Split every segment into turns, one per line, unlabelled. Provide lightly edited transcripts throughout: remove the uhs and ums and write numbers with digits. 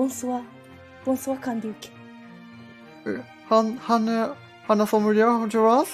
Bonsoir. Bonsoir, quand du que.
Han formulerer til os.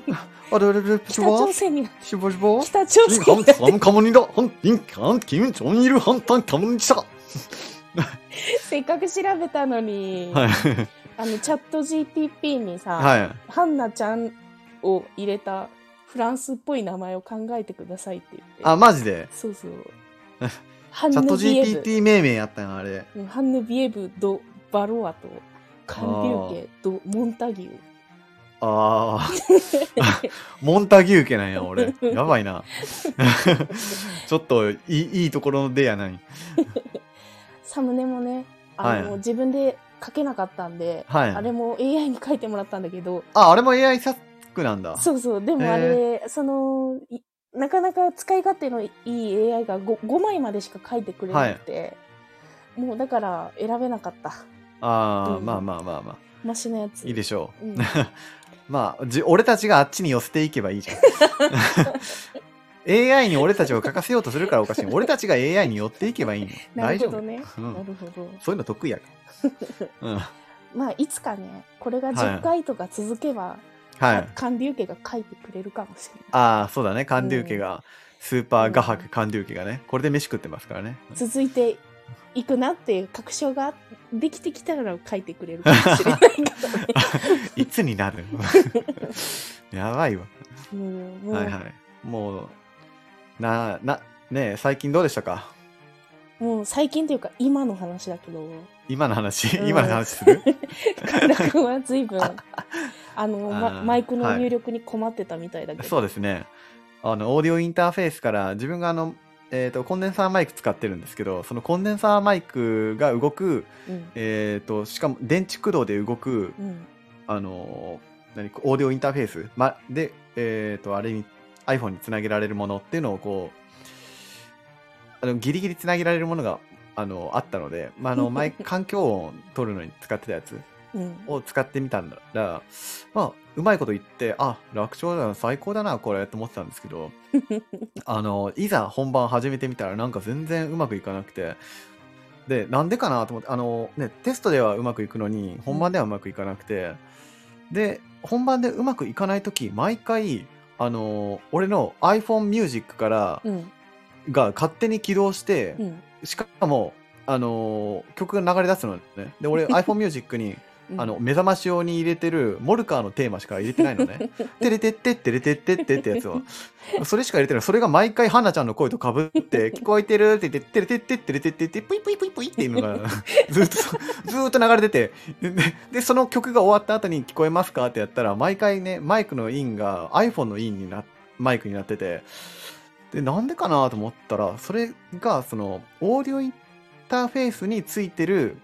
Og det til
北朝
os.
鮮に、
til vores borg.
北朝鮮に、
Han kommer ni da. Han Kim Jong-il han kommer ni da.
せっかく調べたのに、
はい
チャット GTP にさ、
はい。
ハンナちゃんを入れたフランスっぽい名前を考えてくださいって言って。
あ、マジで。
そうそう。ハン
チャット
ヌビエブ。
GPT 命名やったんあれ。
ハンヌビエブ・ド・バロアとカンデューケ・ド・モンタギュー。
ああ。モンタギュー家なんや、俺。やばいな。ちょっといいところでやない。
サムネもね、
はい
自分で書けなかったんで、
はい
あれも AI に書いてもらったんだけど、
あれも AI 作なんだ。
そうそう、でもあれ、なかなか使い勝手のいい AI が 5枚までしか書いてくれなくて、もうだから選べなかった。
ああ、
うん
まあまあまあまあ。
マシなやつ。
いいでしょう。
うん
まあ、俺たちがあっちに寄せていけばいいじゃん。AI に俺たちを書かせようとするからおかしい。俺たちが AI に寄っていけばいいの。
なる
大丈夫。
ほどね。
うん
なるほど。
そういうの得意やから。うん。
まあ、いつかね、これが10回とか続けば、
はい。
カンデュー家が書いてくれるかもしれない。
ああ、そうだね。カンデュー家が、スーパー画伯カンデュー家がね、これで飯食ってますからね。
続いていくなっていう確証ができてきたら書いてくれるかもしれないけどね。
いつになるやばいわ。
もう
はいはい。もう、ねえ、最近どうでしたか？
もう最近というか今の話だけど、
今の話、
うん
今の話する
神田君は随分
ー
マイクの入力に困ってたみたいだけど、
そうですね。オーディオインターフェースから自分がコンデンサーマイク使ってるんですけど、そのコンデンサーマイクが動く、
うん
しかも電池駆動で動く、
うん
オーディオインターフェース、で、あれに iPhone につなげられるものっていうのをこう、ギリギリつなげられるものがあったので、マイク環境音を取るのに使ってたやつ
うん
を使ってみたんだら、まあ、うまいこと言って、楽勝だな、最高だな、これって思ってたんですけど、いざ本番始めてみたら、なんか全然うまくいかなくて、で、なんでかなと思って、テストではうまくいくのに、本番ではうまくいかなくて、で、本番でうまくいかないとき、毎回、俺の iPhone Music から
うん
が勝手に起動して
う、ん
しかも、曲が流れ出すのね。で、俺 iPhone Music に、
うん
目覚まし用に入れてるモルカーのテーマしか入れてないのね。テレテッテッテレテッテッテってやつを。それしか入れてない。それが毎回ハンナちゃんの声と被って、聞こえてるって言って、テレテッテッテレテッテッテ、プイプイプイプイっていうのがずーっと流れてて、で、その曲が終わった後に聞こえますかってやったら、毎回ね、マイクのインが iPhone のインにマイクになってて、で、なんでかなと思ったら、それが、オーディオインターフェースについてる、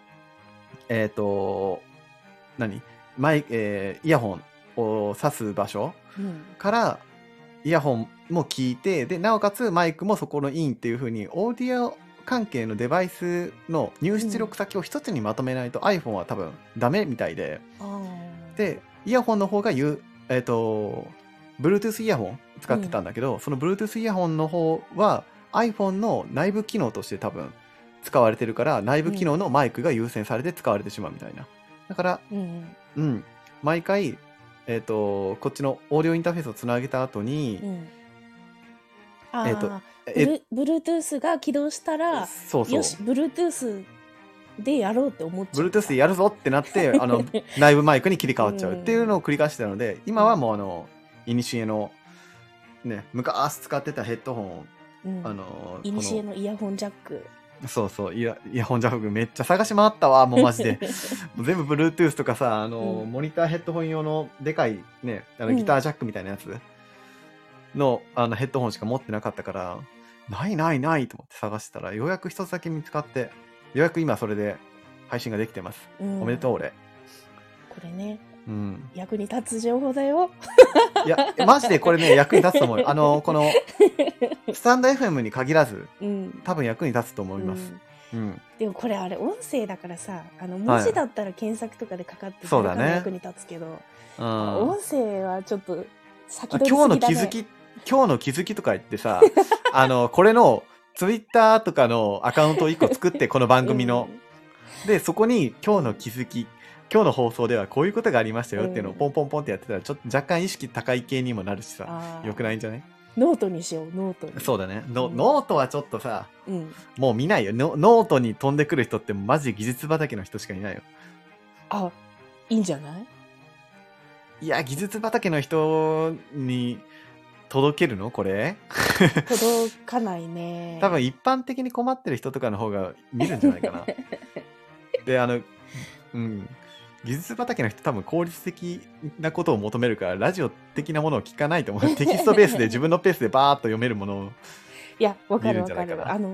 イヤホンを挿す場所
うん
からイヤホンも聞いて、で、なおかつマイクもそこのインっていう風に、オーディオ関係のデバイスの入出力先を一つにまとめないと iPhone は多分ダメみたいで、で、イヤホンの方がBluetooth イヤホン使ってたんだけど、その Bluetooth イヤホンの方は iPhone の内部機能として多分使われてるから、内部機能のマイクが優先されて使われてしまうみたいな。だから、毎回、こっちのオーディオインターフェースをつなげた後に、
Bluetooth が起動したら、
そうそう。
よし、Bluetooth でやろうって思っちゃう。
Bluetooth でやるぞってなって、内部マイクに切り替わっちゃうっていうのを繰り返してたので、今はもうイニシエの、ね、昔使ってたヘッドホン、
イニシエのイヤホンジャック。
そうそう、イヤホンジャックめっちゃ探し回ったわ、もうマジで。もう全部 Bluetooth とかさ、モニターヘッドホン用のでかいね、ギタージャックみたいなやつの、ヘッドホンしか持ってなかったから、ないと思って探してたら、ようやく一つだけ見つかって、ようやく今それで配信ができてます。おめでとう、俺。
これね、
うん。
役に立つ情報だよ。
いや、マジでこれね、役に立つと思うよ。この、スタンド FM に限らず、多分役に立つと思います。
でもこれあれ、音声だからさ、文字だったら検索とかでかかって誰かの役に立つけど、音声はちょっと先取りすぎだね。
今日の気づきとか言ってさ、これのツイッターとかのアカウントを1個作って、この番組の。 で、そこに今日の気づき、今日の放送ではこういうことがありましたよっていうのをポンポンポンってやってたら、ちょっと若干意識高い系にもなるしさ、
あ
よくないんじゃない？
ノートにしよう、ノートに。
そうだね。ノ
うん
ートはちょっとさ、
うん。
もう見ないよ。ノートに飛んでくる人ってマジ技術畑の人しかいないよ。
あ、いいんじゃない？
いや、技術畑の人に届けるのこれ
届かないね。
多分一般的に困ってる人とかの方が見るんじゃないかな。で、技術畑の人多分効率的なことを求めるから、ラジオ的なものを聞かないと思う。テキストベースで自分のペースでバーッと読めるものを
いや、わか
見るん
るわかる。
じゃないかな。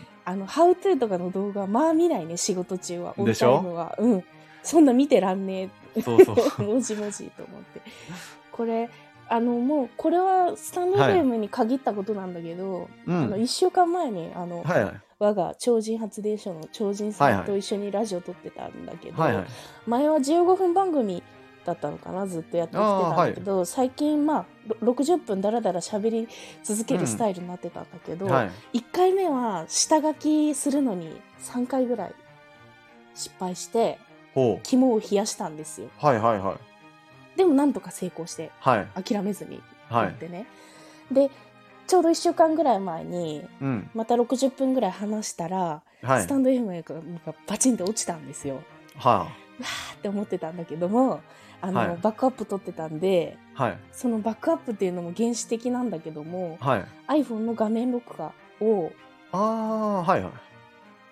How to とかの動画、まあ見ないね、仕事中は。オン
でしょ？
タイムは。うん。そんな見てらんねえ。
そうそう。
もじもじと思って。これ、もう、これはスタンド
はい
FM に限ったことなんだけど、
うん。
1週間前に、
はいはい。
我が超人発電所の超人さんと一緒にラジオ撮ってたんだけど、
はいはい。
前は15分番組だったのかな、ずっとやってきてたんだけど、最近60分だらだら喋り続けるスタイルになってたんだけど、
はい
1回目は下書きするのに3回ぐらい失敗して
ほう。
肝を冷やしたんですよ。
はいはいはい。
でもなんとか成功して
はい。
諦めずに
はい。
やってね、でちょうど1週間ぐらい前に
うん。
また60分ぐらい話したら、
はい。
スタンド FM がバチンと落ちたんですよ。
は
って思ってたんだけども、
はい
バックアップ取ってたんで、
はい。
そのバックアップっていうのも原始的なんだけども、
はい。
iPhone の画面録画を
ああ、はいはい。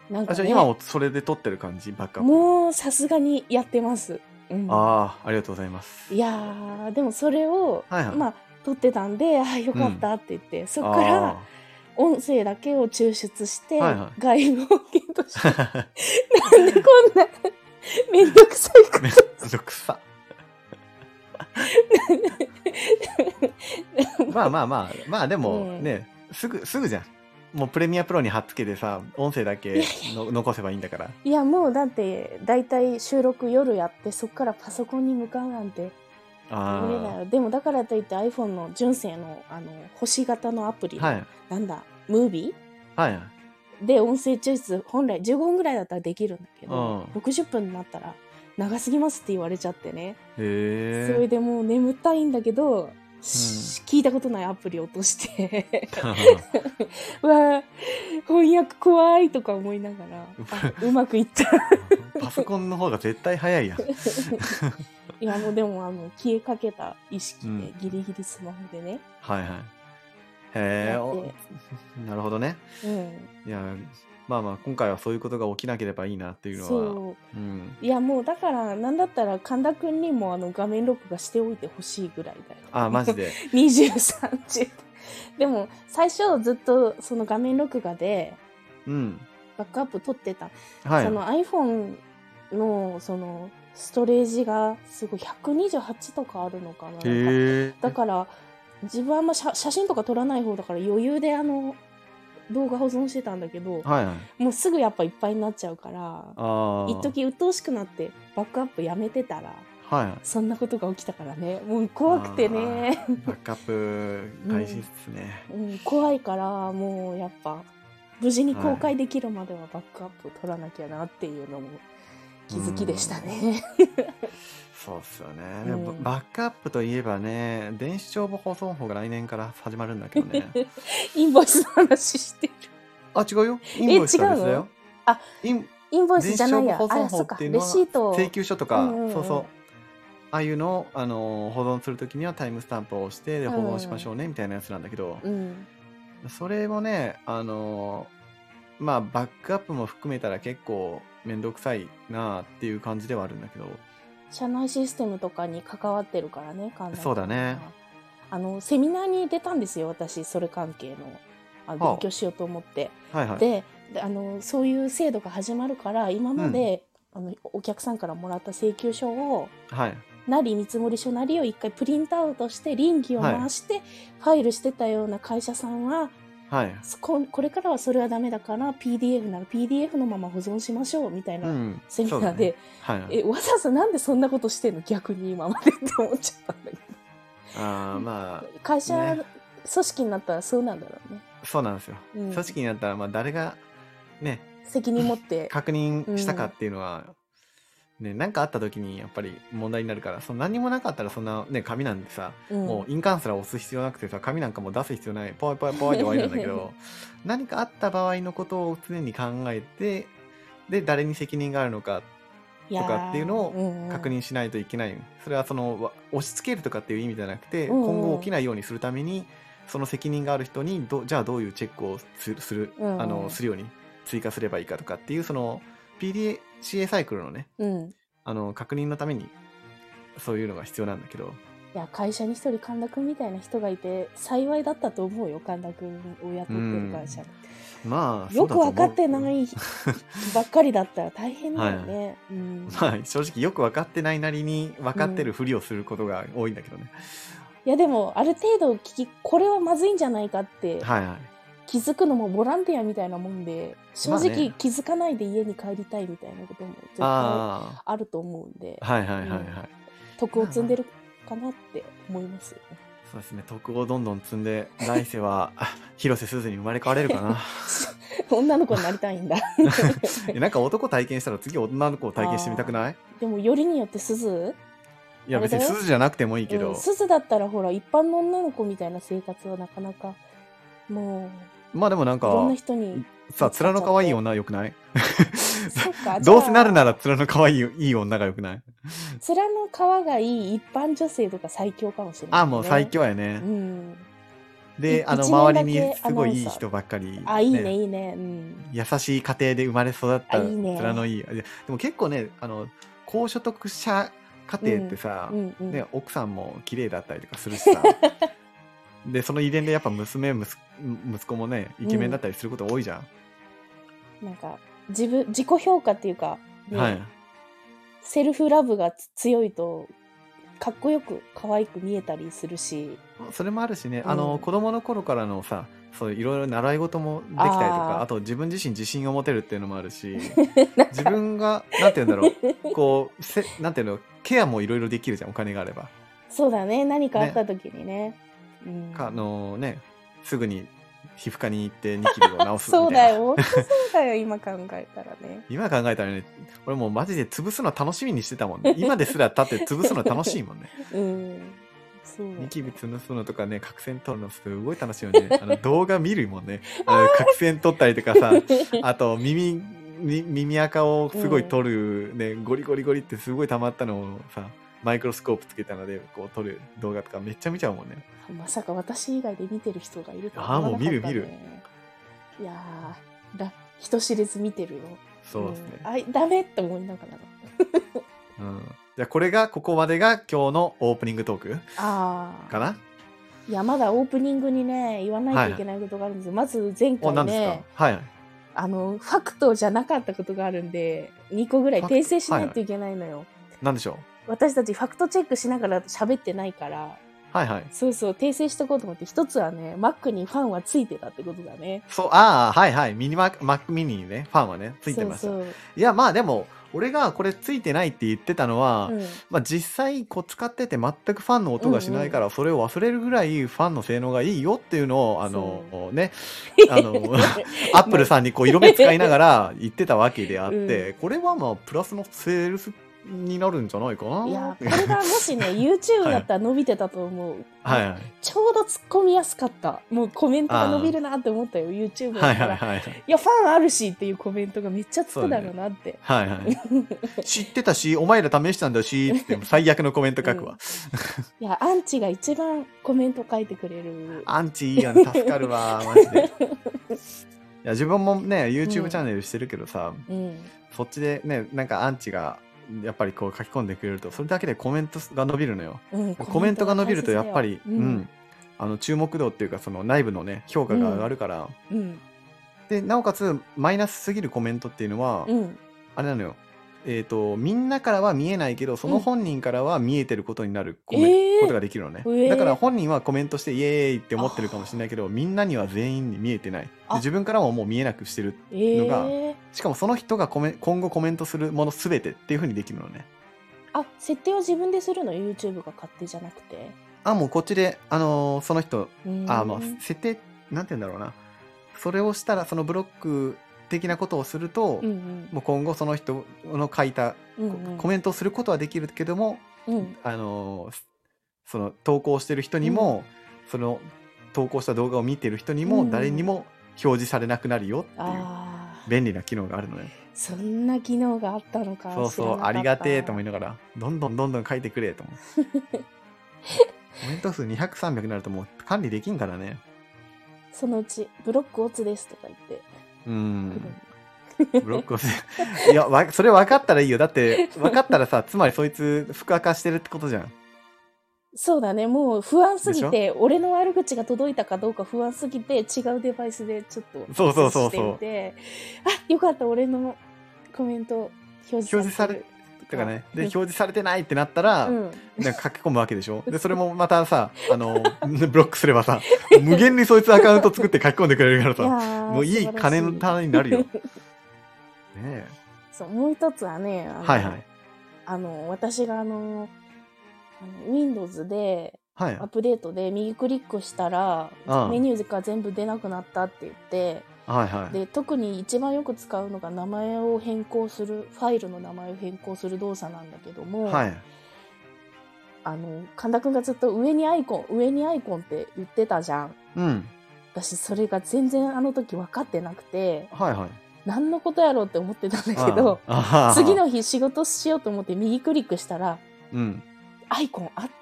なんか、
じゃあ今もそれで撮ってる感じ、バックアップ。
もうさすがにやってます。
ああ、ありがとうございます。
いやー、でもそれを、撮ってたんで、よかったって言って、そっから音声だけを抽出して、外部音源として、なんでこんなめんどくさいこと。
めんどくさ。まあでもね、すぐじゃん。もうプレミアプロに貼っつけてさ、音声だけ残せばいいんだから。
いや、もうだってだいたい収録夜やって、そっからパソコンに向かうなんて無理だよ。でもだからといって iPhone の純正の星型のアプリ、なんだムービ
ー、
で音声抽出本来15分ぐらいだったらできるんだけど、60分になったら長すぎますって言われちゃってね。それでもう眠たいんだけど、聞いたことないアプリ落としてうわ翻訳怖いとか思いながらうまくいった
パソコンの方が絶対早いやん。
いやもうでも消えかけた意識で、ギリギリスマホでね。
はいはい。へえ、なるほどね。いやまあ今回はそういうことが起きなければいいなっていうのは。
そう、いやもうだからなんだったら神田くんにも画面録画しておいてほしいぐらいだよ。
あ、マジで。
20、30でも最初ずっとその画面録画でバックアップ取ってた、その iPhone のそのストレージがすごい128とかあるのかな。だから自分はあんま写真とか撮らない方だから余裕で動画保存してたんだけど、もうすぐやっぱいっぱいになっちゃうから、一時鬱陶しくなってバックアップやめてたら、そんなことが起きたからね、もう怖くてね。
バックアップ大事ですね。
怖いからもうやっぱ無事に公開できるまではバックアップ取らなきゃなっていうのも気づきでしたね。
そうっすよね。バックアップといえばね、電子帳簿保存法が来年から始まるんだけどね。
インボイスの話してる。
あ、違うよ。インボイスは別だよ。
あ、インボイスじゃないや。
電子帳簿保存法っていうのは
レシート、
請求書とか、そうそう。ああいうのを保存するときにはタイムスタンプを押して保存しましょうねみたいなやつなんだけど、それもね、バックアップも含めたら結構めんどくさいなっていう感じではあるんだけど、
社内システムとかに関わってるからね。
そうだね。
セミナーに出たんですよ、私。それ関係の勉強しようと思って。でそういう制度が始まるから、今まで、お客さんからもらった請求書を、なり見積書なりを一回プリントアウトして臨機を回してファイルしてたような会社さんは、これからはそれはダメだから PDF なら PDF のまま保存しましょうみたいなセミナーで、わざわざなんでそんなことしてんの逆に今までって思っちゃったんだけど、会社、組織になったらそうなんだろうね。
そうなんですよ。組織になったら誰がね
責任持って
確認したかっていうのは、ね、なんかあった時にやっぱり問題になるから、その何にもなかったらそんなね、紙なんてさ、もう印鑑すら押す必要なくてさ、紙なんかもう出す必要ない、ポイポイポイって終わりなんだけど、何かあった場合のことを常に考えて、で、誰に責任があるのかとかっていうのを確認しないといけない。それはその押し付けるとかっていう意味じゃなくて、今後起きないようにするために、その責任がある人にじゃあどういうチェックをするように追加すればいいかとかっていう、その PDCA サイクルのね、確認のためにそういうのが必要なんだけど、
いや、会社に一人神田くんみたいな人がいて幸いだったと思うよ、神田くんを雇ってる会社。
まあ
よく分かってないばっかりだったら大変だよね。
まあ正直よく分かってないなりに分かってるふりをすることが多いんだけどね。
いやでもある程度これはまずいんじゃないかって気づくのもボランティアみたいなもんで、正直気づかないで家に帰りたいみたいなことも絶対あると思うんで、徳を積んでるかなって思いますよね。
そうですね、徳をどんどん積んで来世は広瀬すずに生まれ変われるかな。
女の子になりたいんだ。
なんか男体験したら次女の子を体験してみたくない？
でもよりによってすず？
いや別にすずじゃなくてもいいけど、
すずだったらほら一般の女の子みたいな生活はなかなかもう
まあでもなんか
いろんな人に
さ、面の可愛い女よくない？そうか、どうせなるなら面の可愛いいい女がよくない？
面の皮がいい一般女性とか最強かもしれない、ね。
もう最強やね。で、周りにすごいいい人ばっかり、
ね。いいね、いいね。
優しい家庭で生まれ育った面のいい。でも結構ね、高所得者家庭ってさ、ね、奥さんも綺麗だったりとかするしさ。で、その遺伝でやっぱ息子もね、イケメンだったりすること多いじゃん。
なんか、自己評価っていうか、ね、セルフラブが強いと、かっこよく可愛く見えたりするし。
それもあるしね、子供の頃からのさ、そういろいろ習い事もできたりとか、あと自分自身自信を持てるっていうのもあるし、自分が、なんて言うんだろう、こう、なんていうの、ケアもいろいろできるじゃん、お金があれば。
そうだね、何かあった時にね。
ね、すぐに皮膚科に行ってニキビを治すみたいな。
そうだよ、そうだよ、今考えたらね。
今考えたらね、俺もうマジで潰すの楽しみにしてたもんね。今ですら立って潰すの楽しいもんね。
そうね、
ニキビ潰すのとかね、角栓取るのすごい楽しいよね。動画見るもんね。角栓取ったりとかさ、あと耳垢をすごい取る、ね、ゴリゴリゴリってすごい溜まったのをさ、マイクロスコープつけたのでこう撮る動画とかめっちゃ見ちゃうもんね。
まさか私以外で見てる人がいるとは思わなかったね。
もう見る。
いやー、人知れず見てるよ。
そうですね。
ダメって思いながら。
じゃあここまでが今日のオープニングトークかな。
いや、まだオープニングにね、言わないといけないことがあるんですよ。まず前回ね、ファクトじゃなかったことがあるんで、2個ぐらい訂正しないといけないのよ。
なんでしょう。
私たちファクトチェックしながら喋ってないから、そうそう、訂正しとこうと思って、一つはね、Mac にファンはついてたってことだね。
そう、Mac ミニにね、ファンはね、ついてました。いや、まあでも、俺がこれついてないって言ってたのは、まあ実際使ってて全くファンの音がしないから、それを忘れるぐらいファンの性能がいいよっていうのを、ね、アップルさんに色目使いながら言ってたわけであって、これはまあプラスのセールスになるんじゃないかな。
いや、これがもしね、YouTube だったら伸びてたと思う。ちょうど突っ込みやすかった。もうコメントが伸びるなって思ったよ、YouTube だったら。いや、ファンあるしっていうコメントがめっちゃつくだろうなって。
知ってたし、お前ら試したんだし、って最悪のコメント書くわ。
いや、アンチが一番コメント書いてくれる。
アンチいいやん、助かるわ、マジで。いや、自分もね、YouTube チャンネルしてるけどさ、そっちでね、なんかアンチが、やっぱり書き込んでくれるとそれだけでコメントが伸びるのよ。コメントが伸びるとやっぱり、注目度っていうかその内部のね評価が上がるから、でなおかつマイナスすぎるコメントっていうのは、あれなのよ。みんなからは見えないけどその本人からは見えてることになることができるのね。だから本人はコメントしてイエーイって思ってるかもしれないけどみんなには全員に見えてない。で自分からももう見えなくしてるのが、しかもその人が今後コメントするもの全てっていう風にできるのね。
設定は自分でするの？ YouTube が勝手じゃなくて。
もうこっちでその人まあ設定なんて言うんだろうな。それをしたらそのブロック的なことをすると、
うんうん。
もう今後その人の書いた
うんうん。
コメントをすることはできるけども、
うん。
その投稿してる人に
うん。
も、その投稿した動画を見てる人に
う
も誰に
ん。
も表示されなくなるよっていう
ああ、
便利な機能があるのね。
そんな機能があったのか
そうそう、
知らなかっ
ありがてえと思
た。
いながら、どんどん書いてくれと思う。コメント数200、300になるともう管理できんからね。
そのうち、ブロックオツですとか言って
う
くる
ん。
の。
ブロックをせ、いや、それ分かったらいいよ。だって、分かったらさ、つまりそいつ、副アカしてるってことじゃん。
そうだね、もう不安す
でしょ？
ぎて、俺の悪口が届いたかどうか不安すぎて、違うデバイスでちょっと
そう
アクセスしてみて、あ、よかった、俺のコメント表示されてる。
とかね。で、表示されてないってなったら、
うん。
なんか書き込むわけでしょ。で、それもまたさ、ブロックすればさ、無限にそいつアカウント作って書き込んでくれるからさ、もういい金の種になるよ。ねえ。
そう、もう一つはね、
はいはい。
私がWindows で、
はい。
アップデートで右クリックしたら、メニューが全部出なくなったって言って、
はいはい。
で、特に一番よく使うのが名前を変更する、ファイルの名前を変更する動作なんだけども、
はい。
神田くんがずっと上にアイコンって言ってたじゃん。
うん。
私、それが全然あの時分かってなくて、
はいはい。
何のことやろうって思ってたんだけど、次の日仕事しようと思って右クリックしたら、
うん。
アイコンあって。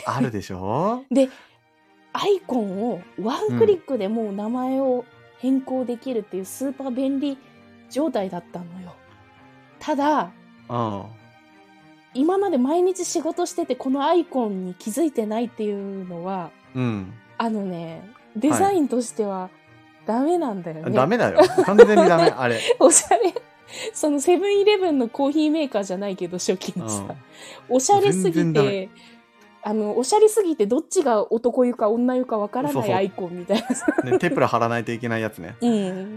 あるでしょ？
で、アイコンをワンクリックでもう名前を変更できるっていうスーパー便利状態だったのよ。ただ、今まで毎日仕事しててこのアイコンに気づいてないっていうのは、
うん。
デザインとしてはダメなんだよね。
ダメだよ。完全にダメ、あれ。
おしゃれ。そのセブンイレブンのコーヒーメーカーじゃないけど、初期のさ。おしゃれすぎて、おしゃれすぎてどっちが男湯か女湯かわからないアイコンみたいな。
ね、テプラ貼らないといけないやつね。
うん。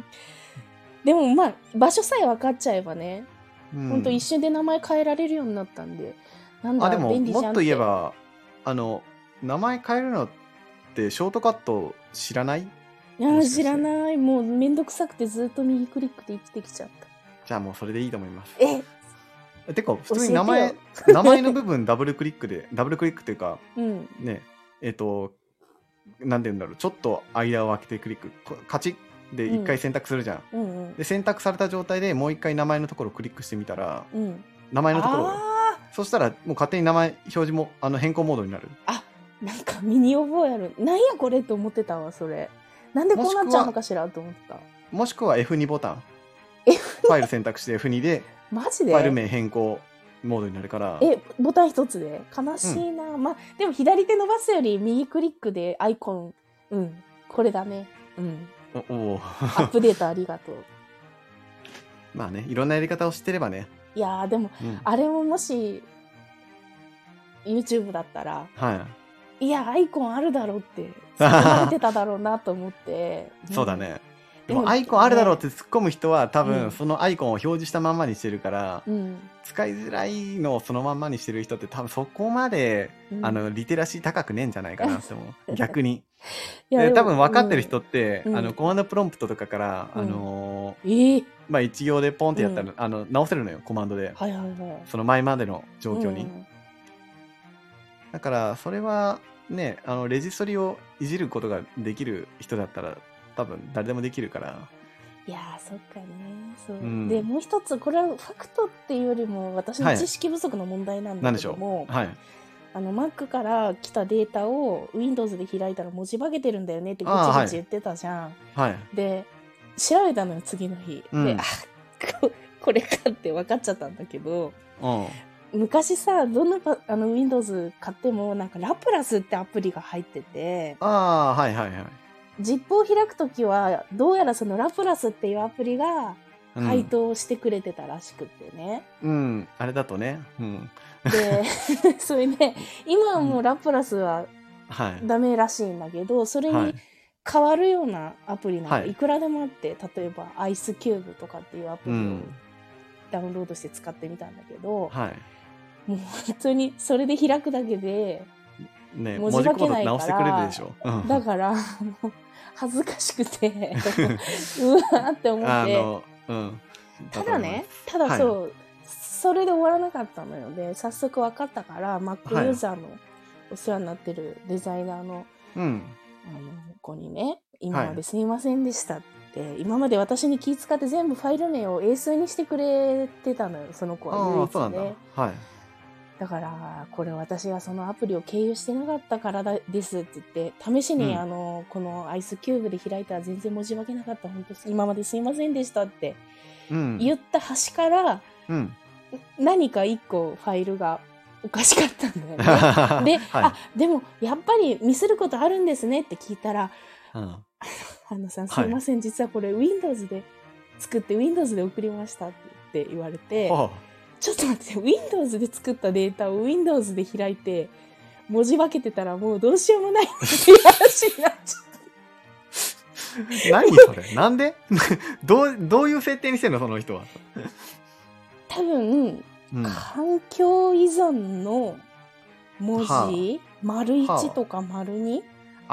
でもまあ、場所さえ分かっちゃえばね、ほんと一瞬で名前変えられるようになったんで、なんだ、
でも、
便利じゃんって。
もっと言えば、名前変えるのってショートカット知らない？
いや、知らない。もうめんどくさくてずっと右クリックで生きてきちゃった。
じゃあもうそれでいいと思います。てか、普通に名前の部分ダブルクリックっていうか、ね、なんて言うんだろう、ちょっと間を空けてクリック、カチッで一回選択するじゃん。で、選択された状態でもう一回名前のところをクリックしてみたら、名前のところを、そしたらもう勝手に名前表示も変更モードになる。
あ、なんか身に覚えある。なんやこれと思ってたわ、それ。なんでこうなっちゃうのかしらと思った。
もしくは F2 ボタン。ファイル選択して F2 で、
マジで
ファイル名変更モードになるから。
ボタン一つで悲しいな。まあ、でも左手伸ばすより右クリックでアイコン、これだね。アップデートありがとう。
まあね、いろんなやり方を知ってればね。
いやー、でも、あれももし、YouTube だったら、いや、アイコンあるだろうって、突っ込まれてただろうなと思って。
そうだね。でもアイコンあるだろうって突っ込む人は多分そのアイコンを表示したまんまにしてるから、使いづらいのをそのまんまにしてる人って多分そこまで、リテラシー高くねえんじゃないかなって思う。逆に。で多分分かってる人って、コマンドプロンプトとかから、まあ一行でポンってやったら、直せるのよ、コマンドで。その前までの状況に。だからそれはね、レジストリをいじることができる人だったら多分誰でもできるから。
いやー、そっかね。そう。で、もう一つ、これはファクトっていうよりも私の知識不足の問題なんだけども、Mac から来たデータを Windows で開いたら文字化けてるんだよねってぐちぐち言ってたじゃん。で、調べたのよ、次の日。で、これかって分かっちゃったんだけど、昔さ、どのWindows 買ってもなんかラプラスってアプリが入ってて、ZIP を開くときは、どうやらそのラプラスっていうアプリが回答してくれてたらしくてね。
あれだとね。
で、それで、今はもうラプラスはダメらしいんだけど、それに変わるようなアプリなんかいくらでもあって、例えばアイスキューブとかっていうアプリをダウンロードして使ってみたんだけど、もう普通にそれで開くだけで、
文字コード直してくれるでしょ。
だから恥ずかしくてうわーって思って、ただね、そう、それで終わらなかったのよ。で、早速分かったから、Mac ユーザーのお世話になってるデザイナーの、子にね、今まですみませんでしたって、今まで私に気遣って全部ファイル名を英数にしてくれてたのよ、その子は唯一ね。だから、これ私がそのアプリを経由してなかったからですって言って、試しにこのアイスキューブで開いたら全然文字化けなかった、本当今まですいませんでしたって言った端から、何か一個ファイルがおかしかったんだよね。で、でもやっぱりミスることあるんですねって聞いたら、さんすいません、実はこれ Windows で作って Windows で送りましたって言われて、ちょっと待って、Windows で作ったデータを Windows で開いて文字化けてたらもうどうしようもないっていう話になっちゃ
った。何それ、なんでどういう設定にしてんのその人は。
多分、環境依存の文字、丸1とか丸2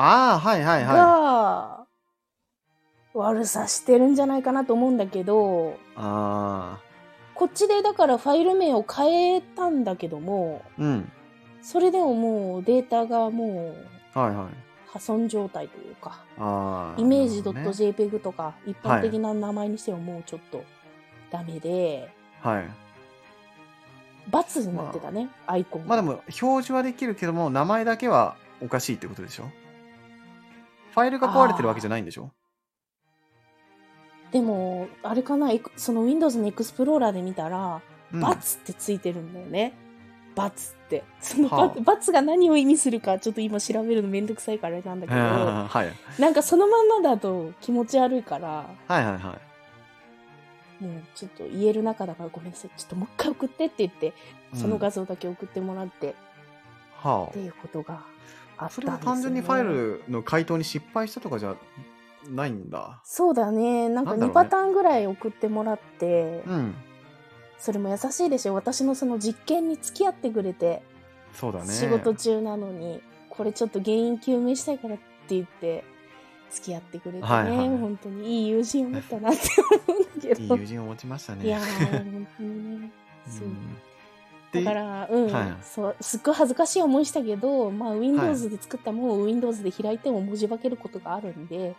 が悪さしてるんじゃないかなと思うんだけど、こっちでだからファイル名を変えたんだけども、それでももうデータがもう破損状態というか、イメージ .jpg とか一般的な名前にしてももうちょっとダメで、×になってたね、アイコンが。
でも表示はできるけども名前だけはおかしいってことでしょ。ファイルが壊れてるわけじゃないんでしょ。
でもあれかな、その Windows のエクスプローラーで見たら、×ってついてるんだよね。×ってその×が何を意味するかちょっと今調べるのめんどくさいからあれなんだけど、なんかそのまんまだと気持ち悪いから、もうちょっと言える中だからごめんなさい、ちょっともう一回送ってって言って、その画像だけ送ってもらって、っていうことがあったんですよね。
それは単純にファイルの回答に失敗したとかじゃないんだ。
そうだね、なんか2パターンぐらい送ってもらって、それも優しいでしょ、私のその実験に付き合ってくれて。
そうだね、
仕事中なのにこれちょっと原因究明したいからって言って付き合ってくれてね、本当にいい友人を持ったなって思うんだけど。
いい友人を持ちましたね。
いや本当にね。そうだからそうすっごい恥ずかしい思いしたけど、Windows で作ったものを Windows で開いても文字化けることがあるんで、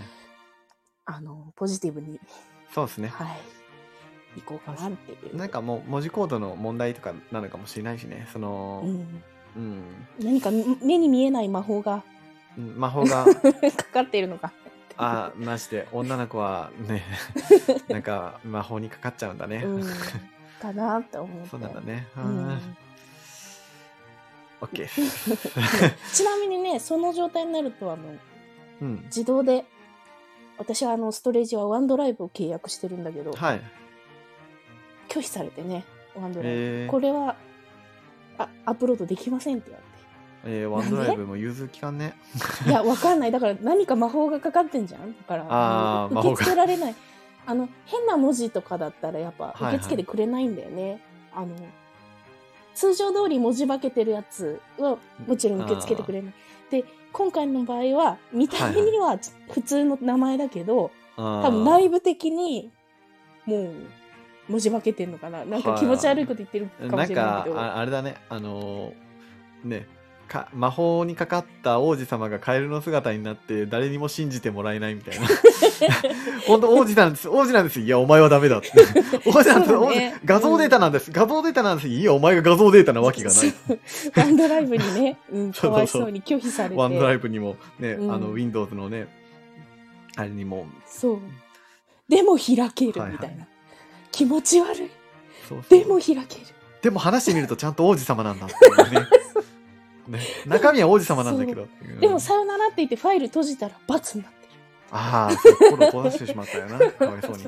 ポジティブに
そうですね、
いこうかなっていう。
なんかもう文字コードの問題とかなのかもしれないしね、その
何か目に見えない魔法がかかっているのか。
マジで女の子はねなんか魔法にかかっちゃうんだね、
かなって思って。
そうなんだね。OK
ちなみにね、その状態になると自動で、私はストレージはワンドライブを契約してるんだけど、拒否されてね、ワンドライブ、これはアップロードできませんって言われて、
ワンドライブも融通きかんね。
いや、わかんない。だから何か魔法がかかってんじゃん。だから受け付けられない。変な文字とかだったらやっぱ受け付けてくれないんだよね。通常通り文字化けてるやつはもちろん受け付けてくれない。で、今回の場合は見た目には普通の名前だけど、多分内部的にもう文字化けてんのかな。なんか気持ち悪いこと言ってるかもしれないけど。
なんかあれだね、ね、魔法にかかった王子様がカエルの姿になって誰にも信じてもらえないみたいな。本当王子なんです、王子なんです。いやお前はダメだって。王子なんです、ね、画像データなんです、画像データなんです。いやお前が画像データなわけがない。
ワンドライブにね、かわいそうに拒否されて。
ワンドライブにもね、Windows のねあれにも。
そう。でも開けるみたいな。気持ち悪い。でも開ける。
でも話してみるとちゃんと王子様なんだっていうね。ね、中身は王子様なんだけど。
でもさよならって言ってファイル閉じたら×になってる。
心を閉ざしてしまったよな。かわいそうに。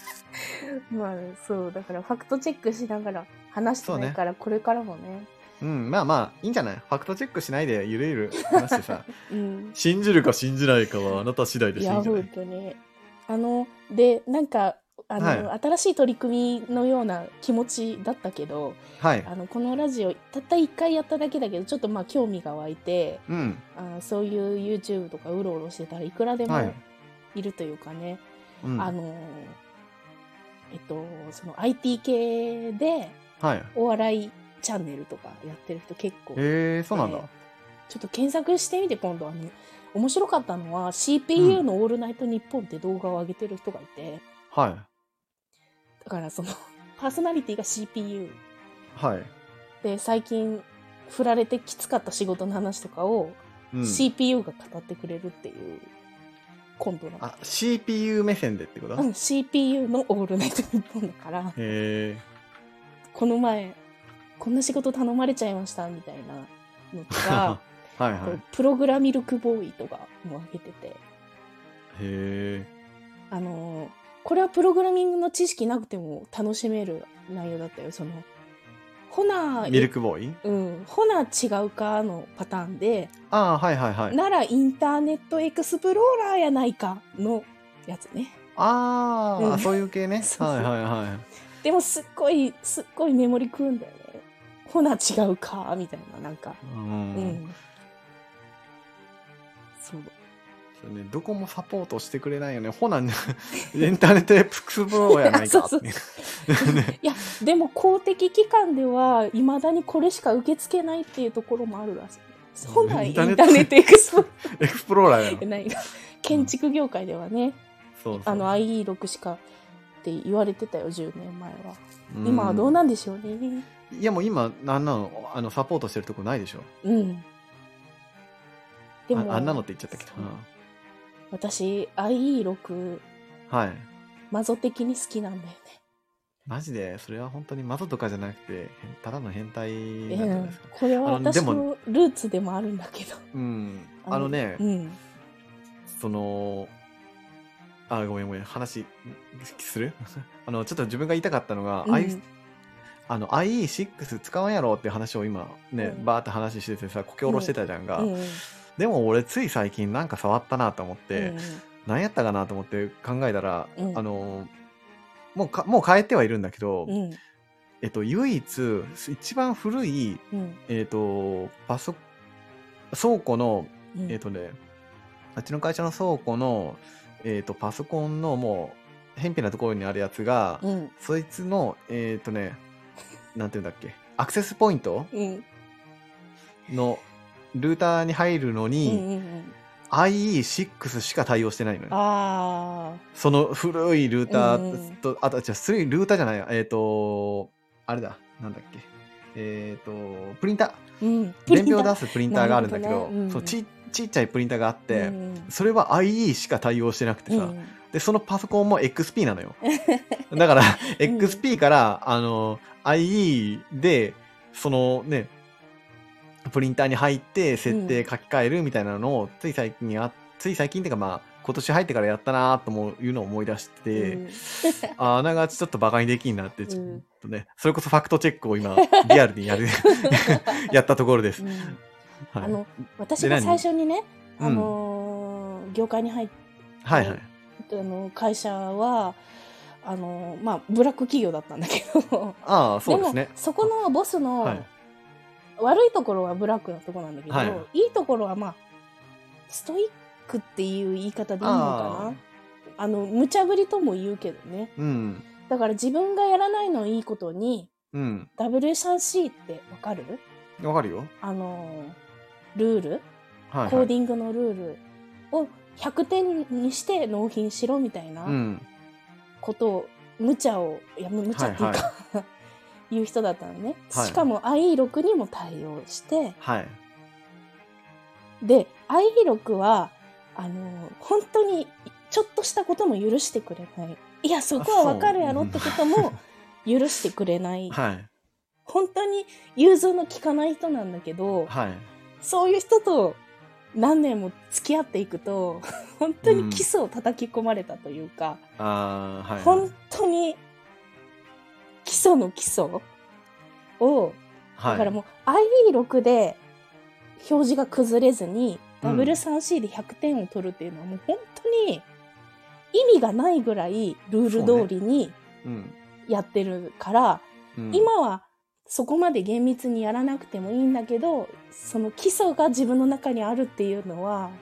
そうだからファクトチェックしながら話してないから、これからもね。
いいんじゃない。ファクトチェックしないでゆるゆる話してさ、信じるか信じないかはあなた次第でしょ。いいんじゃない。
いや本当にでなんか
はい。
新しい取り組みのような気持ちだったけど、
はい。
このラジオたった1回やっただけだけど、ちょっとまあ興味が湧いて、
うん。
そういう YouTube とかうろうろしてたらいくらでも
はい。
いるというかね、
うん。
あの、その IT 系で
はい。
お笑いチャンネルとかやってる人結構
へえ、そうなんだ。
で、ちょっと検索してみて今度面白かったのは
う
CPU
ん。
のオールナイトニッポンって動画を上げてる人がいて、
はい。
だからそのパーソナリティが CPU
はい。
で、最近振られてきつかった仕事の話とかを
うん。
CPU が語ってくれるっていうコントなの。
あ、CPU 目線でってこと？
CPU のオールナイトニッポンだから、
へえ。
この前こんな仕事頼まれちゃいましたみたいなのとか、
はいはい。
プログラミルクボーイとかも上げてて、
へえ。
これはプログラミングの知識なくても楽しめる内容だったよ。ほな、
ミルクボーイ？
ほな違うかのパターンで、
ああ、はいはいはい。
ならインターネットエクスプローラーやないかのやつね。
ああ、
うん。
そういう系ね。
そうそう。
はいはいはい。
でもすっごいメモリ食うんだよね。ほな違うかみたいな、なんか。
うん。
そう。
そうね、どこもサポートしてくれないよね。ほな、インターネットエクスプローラーやないかって。ね、
いや、でも公的機関では、未だにこれしか受け付けないっていうところもあるらしい。そんなインターネットエクス
プローラーやな。
ない建築業界ではね、
そうそう。
IE6 しかって言われてたよ、10年前は。今はどうなんでしょうね。
いやもう今、なんなの、サポートしてるとこないでしょ。
うん。
でもあんなのって言っちゃったけど。
私、IE6、
はい。
マゾ的に好きなんだよね。
マジで、それは本当にマゾとかじゃなくて、ただの変態なんじゃないですか。
これは私のルーツでもあるんだけど。
うん。ごめん、話するちょっと自分が言いたかったのが、IE6 使わんやろって話を今ね、バーって話しててさ、こけおろしてたじゃんが。でも俺つい最近なんか触ったなと思って、何やったかなと思って考えたら、もう変えてはいるんだけど、唯一、一番古い、倉庫の、あっちの会社の倉庫の、パソコンのもう、偏僻なところにあるやつが、そいつの、なんていうんだっけ、アクセスポイントのルーターに入るのに、IE6 しか対応してないのよ。その古いルーターと、あと、古いルーターじゃないよ。あれだ、なんだっけ。プリンター。伝票を出すプリンターがあるんだけど、ちっちゃいプリンターがあって、それは IE しか対応してなくてさ、で、そのパソコンも XP なのよ。だから、XP から、IE で、そのね、プリンターに入って設定書き換えるみたいなのをつい最近っていうかまあ今年入ってからやったなというのを思い出して、あながちちょっとバカにできんなってちょっとね、それこそファクトチェックを今リアルにやったところです。
私が最初にね、業界に入って、会社はまあブラック企業だったんだけど、
そうですね。
でもそこのボスの、悪いところはブラックなところなんだけど、いいところはまあストイックっていう言い方でいいのかな、無茶ぶりとも言うけどね、だから自分がやらないのをいいことに、W3C ってわかる？
わかるよ。
ルール、コーディングのルールを100点にして納品しろみたいなことを、無茶っていうかいう人だったのね。しかも IE6 にも対応して、で IE6 は本当にちょっとしたことも許してくれない。いやそこはわかるやろってことも許してくれない。本当に融通の利かない人なんだけど、そういう人と何年も付き合っていくと本当に基礎を叩き込まれたというか、本当に基礎の基礎を、だからもう IE6 で表示が崩れずに、W3C で100点を取るっていうのはもう本当に意味がないぐらいルール通りにやってるから、今はそこまで厳密にやらなくてもいいんだけど、その基礎が自分の中にあるっていうのは、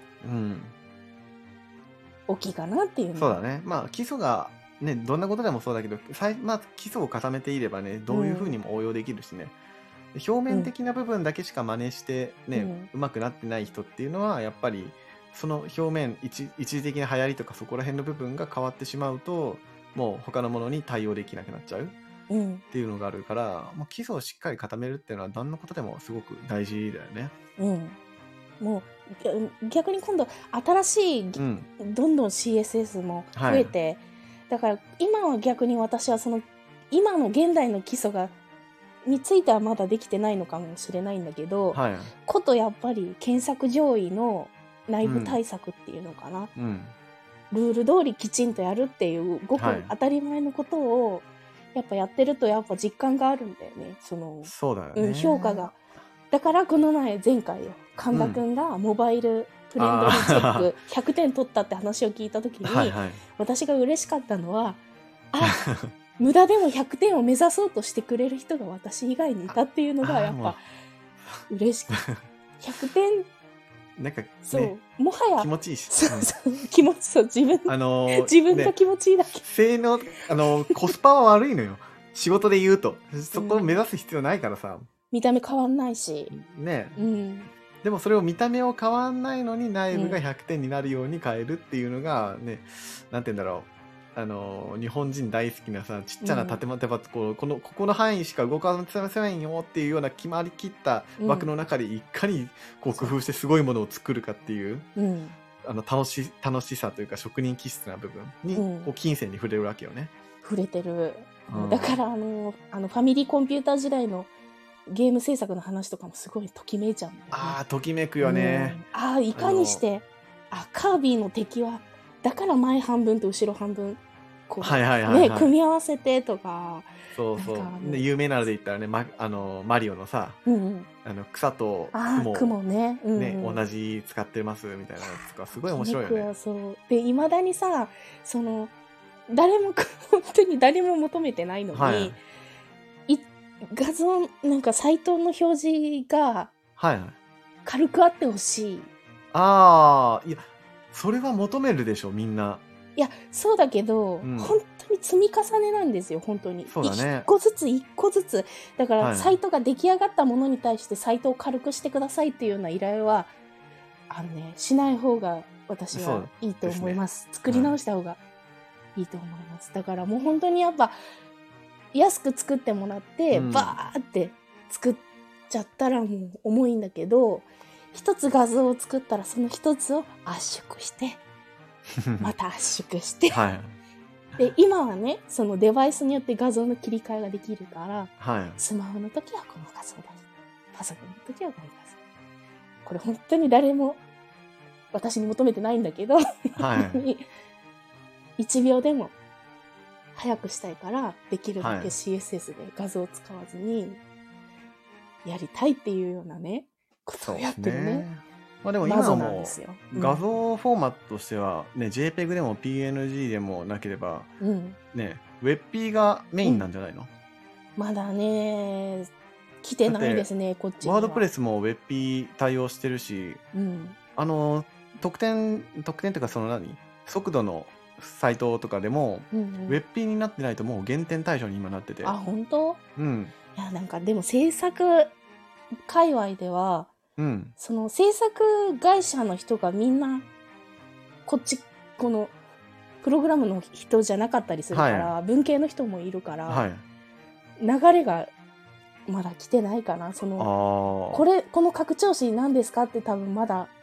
大きいかなっていうの。
そうだね。まあ基礎がね、どんなことでもそうだけど、まず基礎を固めていればね、どういうふうにも応用できるしね。表面的な部分だけしか真似してね、うまくなってない人っていうのは、やっぱりその表面、一時的な流行りとかそこら辺の部分が変わってしまうと、もう他のものに対応できなくなっちゃうっていうのがあるから、もう基礎をしっかり固めるっていうのは何のことでもすごく大事だよね。
もう逆に今度新しい、どんどん CSS も増えて、だから今は逆に私はその今の現代の基礎についてはまだできてないのかもしれないんだけど、ことやっぱり検索上位の内部対策っていうのかな、ルール通りきちんとやるっていうごく当たり前のことをやっぱやってるとやっぱ実感があるんだよね。
そうだよね。
評価が。だからこの前回よ、神田くんがモバイルフレンドリーチェック100点取ったって話を聞いた時に私が嬉しかったのは、無駄でも100点を目指そうとしてくれる人が私以外にいたっていうのがやっぱ嬉しく100点
なんか、ね、
そうもはや
気持ちいいし、
気持ちそう自分が気持ちいいだけ、
性能コスパは悪いのよ仕事で言うとそこを目指す必要ないからさ、
見た目変わんないし
ね、でもそれを見た目を変わんないのに内部が100点になるように変えるっていうのがね、なんて言うんだろう、日本人大好きなさちっちゃな建物、ここの範囲しか動かせませんよっていうような決まりきった枠の中でいかにこう工夫してすごいものを作るかっていう、楽しさというか職人気質な部分にこう金銭に触れるわけよね。
触れてる。だからファミリーコンピューター時代のゲーム制作の話とかもすごいときめいちゃうんだよね。
ときめくよね。
いかにしてカービィの敵はだから前半分と後ろ半分こう組み合わせてとか。
そう有名なので言ったらね、マリオのさ、草と雲ね、同じ使ってますみたいなやつとかすごい面白いよね。
そうで未だにさ誰も本当に誰も求めてないのに、画像なんかサイトの表示が軽くあってほしい。
いやそれは求めるでしょみんな。
いやそうだけど、本当に積み重ねなんですよ本当に。
そうだね。
一個ずつだから、サイトが出来上がったものに対してサイトを軽くしてくださいっていうような依頼はしない方が私はいいと思います。作り直した方がいいと思います。だからもう本当にやっぱ安く作ってもらって、バーって作っちゃったらもう重いんだけど、一つ画像を作ったらその一つを圧縮してまた圧縮してで今はねそのデバイスによって画像の切り替えができるから、スマホの時はこの画像だしパソコンの時はこの画像、これ本当に誰も私に求めてないんだけど、1秒でも早くしたいからできるだけ CSS で画像を使わずにやりたいっていうようなねことをやってるね。
でも今はもう画像フォーマットとしてはね、JPEG でも PNG でもなければ、ね WebP がメインなんじゃないの？ま
だね来てないですねこっちには。
ワードプレスも WebP 対応してるし、特典というか速度のサイトとかでも、WebP になってないともう減点対象に今なってて。
本当？いやなんかでも制作界隈では、その制作会社の人がみんなこのプログラムの人じゃなかったりするから、文系の人もいるから、流れがまだ来てないかな。この拡張子何ですかって多分まだ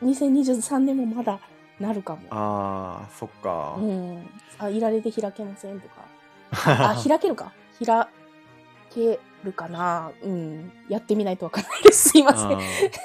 2023年もまだなるかも。
そっか。
いられて開けませんとか。開けるか。開けるかな。やってみないとわかんないです。すいません。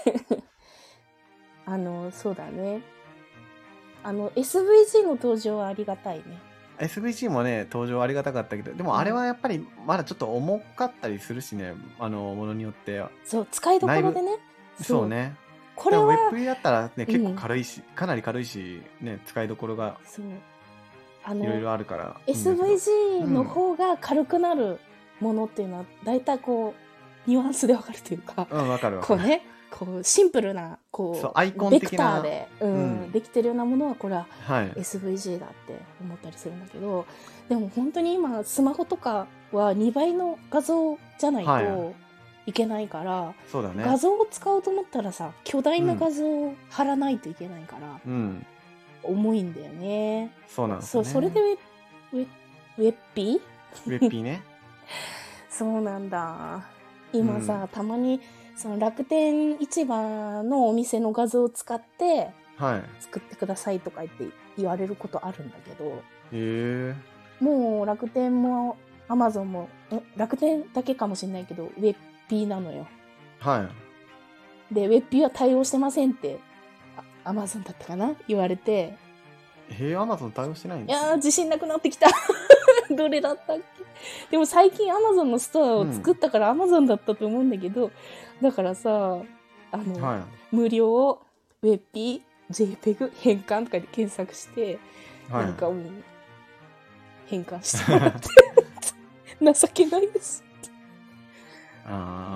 そうだね。SVG の登場はありがたいね。
SVG もね、登場ありがたかったけど、でもあれはやっぱりまだちょっと重かったりするしね、ものによっては。
そう、使いどころでね。
そうね。これは WebP だったらね、結構軽いし、かなり軽いし、ね、使いどころが。
そう。
いろいろあるからいいんだけど。
SVG の方が軽くなるものっていうのは、だいたいこう、ニュアンスでわかるというか、
わかるわかる。
こうね、こう、シンプルな、こう、ベクターで、できてるようなものは、これは SVG だって思ったりするんだけど、でも本当に今、スマホとかは2倍の画像じゃないといけないから、
そうだね。
画像を使おうと思ったらさ、巨大な画像を貼らないといけないから、重いんだよね。
そうなんですね。
それでウェッピ
ーね。
そうなんだ。今さ、たまにその楽天市場のお店の画像を使って作ってくださいとか言われることあるんだけど、もう楽天もアマゾンも楽天だけかもしれないけどウェッピーなのよ。でウェッピーは対応してませんってアマゾンだったかな言われて、
アマゾン対応してないん
ですか？いや自信なくなってきた。どれだったっけ？でも最近アマゾンのストアを作ったからアマゾンだったと思うんだけど、だからさ、無料ウェッピー JPEG 変換とかで検索して、なんか変換してもらって情けないですって。呆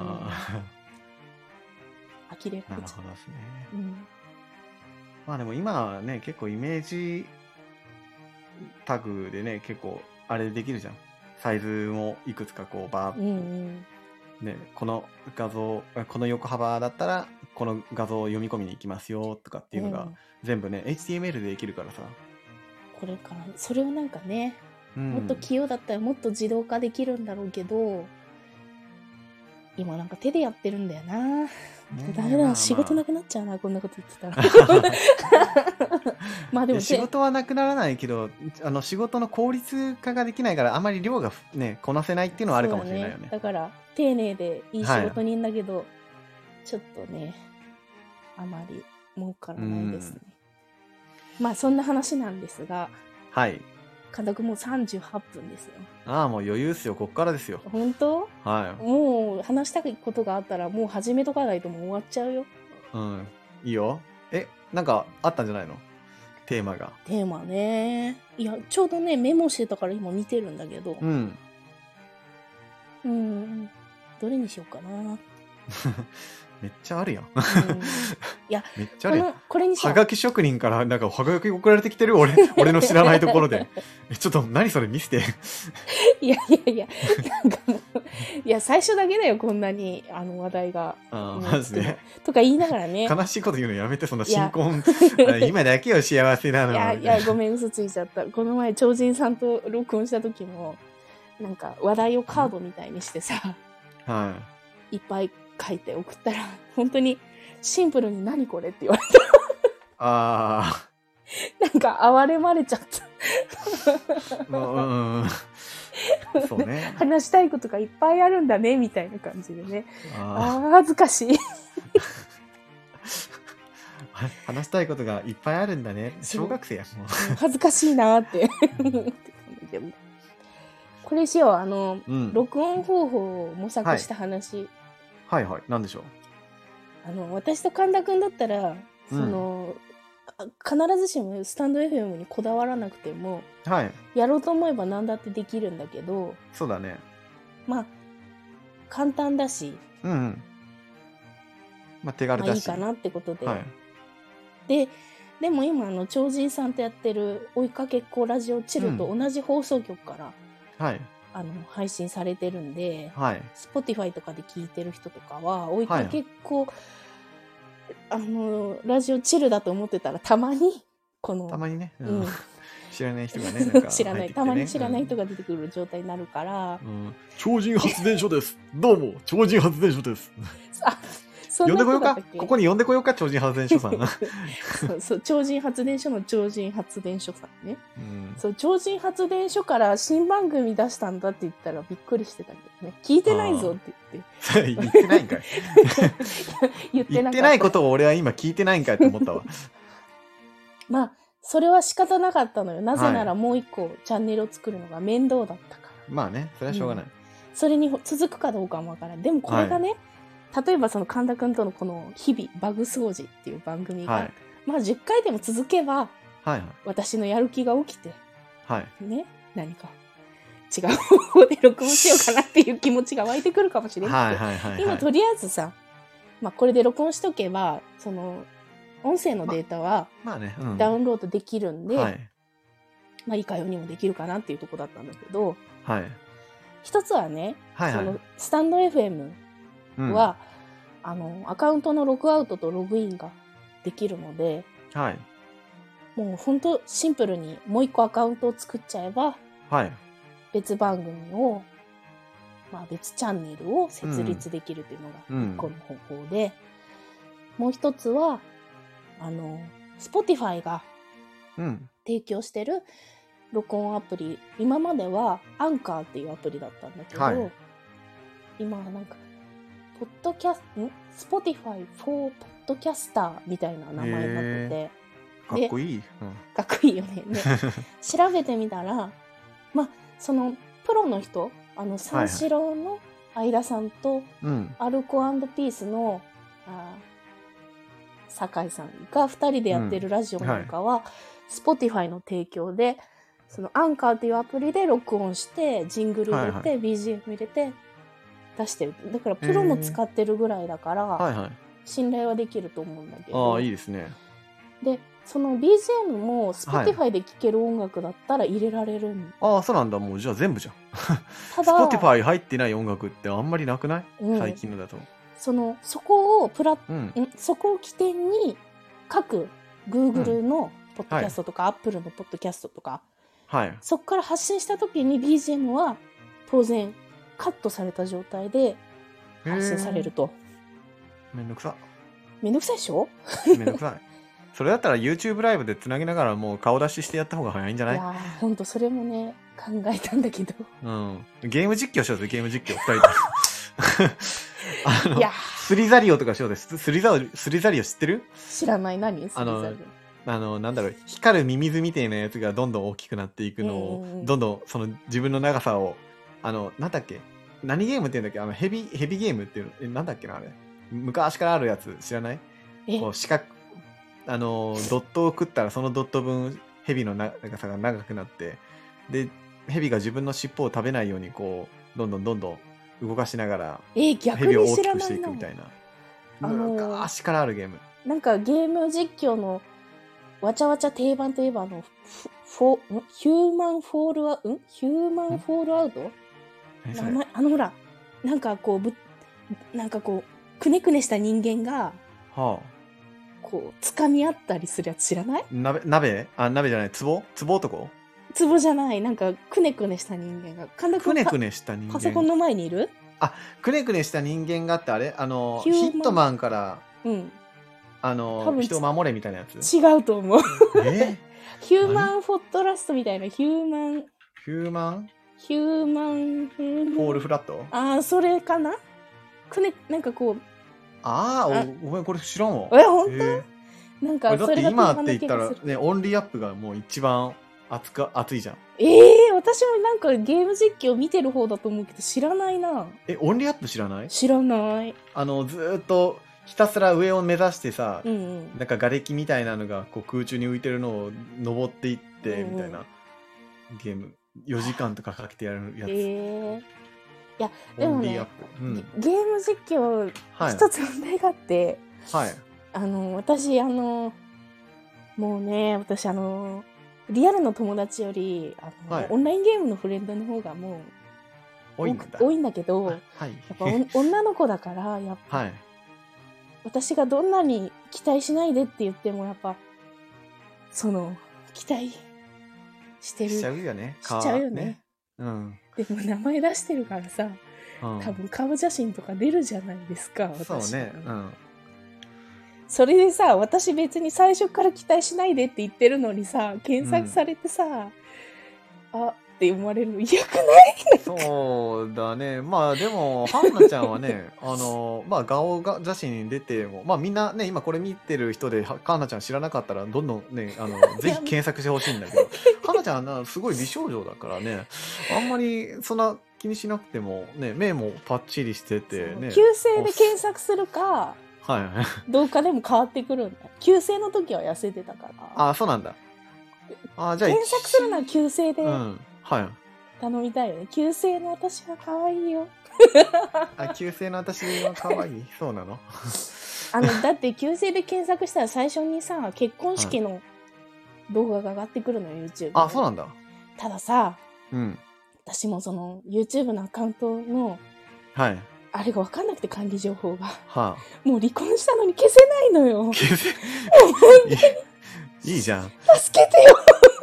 れられちゃう。なるほどです
ね。まあでも今はね、結構イメージタグでね、結構あれできるじゃん。サイズもいくつかこうバーッと、ね、この画像、この横幅だったらこの画像を読み込みに行きますよとかっていうのが全部ね、HTML でできるからさ。
これからそれをなんかね、もっと器用だったらもっと自動化できるんだろうけど、今なんか手でやってるんだよな。ダメだ、仕事なくなっちゃうな、こんなこと言ってたら。
まあでも仕事はなくならないけど、仕事の効率化ができないからあまり量がねこなせないっていうのはあるかもしれないよね。
だから丁寧でいい仕事人だけど、ちょっとねあまり儲からないですね。まあそんな話なんですが、監督もう38分ですよ。
もう余裕っすよ。こっからですよ。
本当？もう話したいことがあったらもう始めとかないともう終わっちゃうよ。
いいよ。なんかあったんじゃないの？テーマが。
テーマね。いや、ちょうどね、メモしてたから今見てるんだけど。どれにしようかな。
めっちゃあるやん。い
や、
めっちゃあるやん。
これにしよう。
はがき職人からなんかはがき送られてきてる俺の知らないところで。ちょっと何それ見せて。
いや、なんかもう、いや、最初だけだよ、こんなに話題が。
マジで。
とか言いながらね。
悲しいこと言うのやめて、そんな新婚。今だけよ、幸せなの。
いや、ごめん、嘘ついちゃった。この前、超人さんと録音した時も、なんか話題をカードみたいにしてさ、いっぱい書いて送ったら、本当にシンプルに何これって言われた。なんか哀れまれちゃった。そうね。話したいことがいっぱいあるんだね、みたいな感じでね。恥ずかしい。
話したいことがいっぱいあるんだね。小学生やもう。
恥ずかしいなってこれしよう。録音方法を模索した話。
何でしょう。
私と神田くんだったら、必ずしもスタンド FM にこだわらなくても、やろうと思えば何だってできるんだけど、
そうだね。
まあ簡単だし、
手軽だし、
いいかなってことで、でも今超人さんとやってる追いかけっこラジオチルと同じ放送局から、配信されてるんで、Spotify とかで聞いてる人とかは追いかけっこ、ラジオチルだと思ってたらたまに
ね、知らない人がね、
たまに知らない人が出てくる状態になるから、
超人発電所です。どうも超人発電所です。呼んでこようか。ここに呼んでこようか、超人発電所さん。
そう、超人発電所の超人発電所さんね。そう、超人発電所から新番組出したんだって言ったらびっくりしてたけどね。聞いてないぞって言って。
言ってないんかい。
言って
ないことを俺は今聞いてないんかいって思ったわ。
まあ、それは仕方なかったのよ。なぜならもう一個チャンネルを作るのが面倒だったから。
まあね、それはしょうがない。
それに続くかどうかもわからない。でもこれがね、例えばその神田くんとのこの日々バグ掃除っていう番組が、まあ10回でも続けば、私のやる気が起きて、
はい。
ね、何か違う方法で録音しようかなっていう気持ちが湧いてくるかもしれないけど、
はいはいはいはい。
今とりあえずさ、まあこれで録音しとけば、その、音声のデータは
まあね、
ダウンロードできるんで、
はい。
まあいいかようにもできるかなっていうとこだったんだけど、
はい。
一つはね、
はいはい。
その、スタンド FM は、アカウントのログアウトとログインができるので、
はい。
もうほんとシンプルにもう一個アカウントを作っちゃえば、
はい。
別番組を、まあ別チャンネルを設立できるというのが一個の方法で、もう一つは、Spotify が提供してる録音アプリ、今まではアンカーっていうアプリだったんだけど、
はい
今はなんか、Spotify for Podcaster みたいな名前になってて、
かっこいい。
かっこいいよね。調べてみたら、まあ、その、プロの人、三四郎の相田さんと、アルコ&ピースの、酒井さんが2人でやってるラジオなんかは、Spotify の提供で、そのアンカーっていうアプリで録音して、ジングル入れて、BGM 入れて出してる。だからプロも使ってるぐらいだから、信頼はできると思うんだけど。
ああ、いいですね。
で、その BGM も Spotify で聴ける音楽だったら入れられるん。
ああ、そうなんだ。もうじゃあ全部じゃん。ただ、Spotify 入ってない音楽ってあんまりなくない？最近のだと。
そこをそこを起点に各 Google のポッドキャストとか、Apple のポッドキャストとか、そこから発信した時に BGM は当然カットされた状態で発信されると。
めんどくさ。
めんどくさいでしょ？
めんどくさい。それだったら YouTube ライブでつなぎながらもう顔出ししてやった方が早いんじゃない？いや
ー、ほんとそれもね、考えたんだけど。
ゲーム実況しようぜ、ゲーム実況。2人で。いやスリザリオとかしようです。スリザリオ知ってる？
知らない。何？スリザリ
オ。なんだろう、光るミミズみたいなやつがどんどん大きくなっていくのを、どんどんその自分の長さを、なんだっけ？何ゲームって言うんだっけ？ヘビゲームっていうの、なんだっけなあれ。昔からあるやつ知らない？こう四角、ドットを食ったらそのドット分ヘビの長さが長くなって、で、ヘビが自分の尻尾を食べないようにこう、どんどん動かしながら、ヘビを大きくしていくみたいな。昔からあるゲーム。
なんかゲーム実況のわちゃわちゃ定番といえばヒューマンフォールアウト？名前、ほら、なんかこう、くねくねした人間が、こう、掴み合ったりするやつ知らない？
鍋じゃない、壺男？
壺じゃない、なんか、くねくねした人間が。
くねくねした人間。
パソコンの前にいる？
くねくねした人間がってあれ？ヒットマンから、人を守れみたいなやつ？
違うと思う。ヒューマンフォットラストみたいな、ヒューマンフォ
ールフラット？
それかな？なんかこう。
ごめん、これ知らんわ。
本当？なんか、
だって今って言ったら、ね、オンリーアップがもう一番熱いじゃん。
私はなんかゲーム実況見てる方だと思うけど、知らないな。
オンリーアップ知らない？
知らない。
ずーっと、ひたすら上を目指してさ、なんか瓦礫みたいなのがこう空中に浮いてるのを登っていって、みたいなゲーム。4時間とかかけてやるやつ。
いや、でもね、ゲーム実況、一つ問題があって、私、もうね、リアルの友達より、オンラインゲームのフレンドの方がもう、多いんだけど、やっぱ女の子だから、やっぱ、私がどんなに期待しないでって言っても、やっぱ、期待してる。
しちゃうよね。
しちゃうよね。でも名前出してるからさ、多分顔写真とか出るじゃないですか、私。
そうね。
それでさ、私別に最初から期待しないでって言ってるのにさ、検索されてさ、って思われるの嫌くない？
そうだね。まあでも、ハンナちゃんはね、顔写真に出ても、みんなね、今これ見てる人で、ハンナちゃん知らなかったら、どんどんね、ぜひ検索してほしいんだけど、ハンナちゃんはすごい美少女だからね、あんまりそんな気にしなくても、ね、目もパッチリしててね。
旧姓で検索するか、どうかでも変わってくるんだ。旧姓の時は痩せてたから。
そうなんだ。 あ、じゃあ
検索するのは旧姓で
はい。
頼みたいよね。旧姓の私は可愛いよ。
旧姓の私は可愛い。そうなの？
だって旧姓で検索したら最初にさ、結婚式の動画が上がってくるのよ、YouTube で。
あ、そうなんだ。
たださ、
うん。
私もその YouTube のアカウントの、
はい。
あれが分かんなくて、管理情報が。
は
あ、もう離婚したのに消せないのよ。
消せいいじゃん。
助けてよ。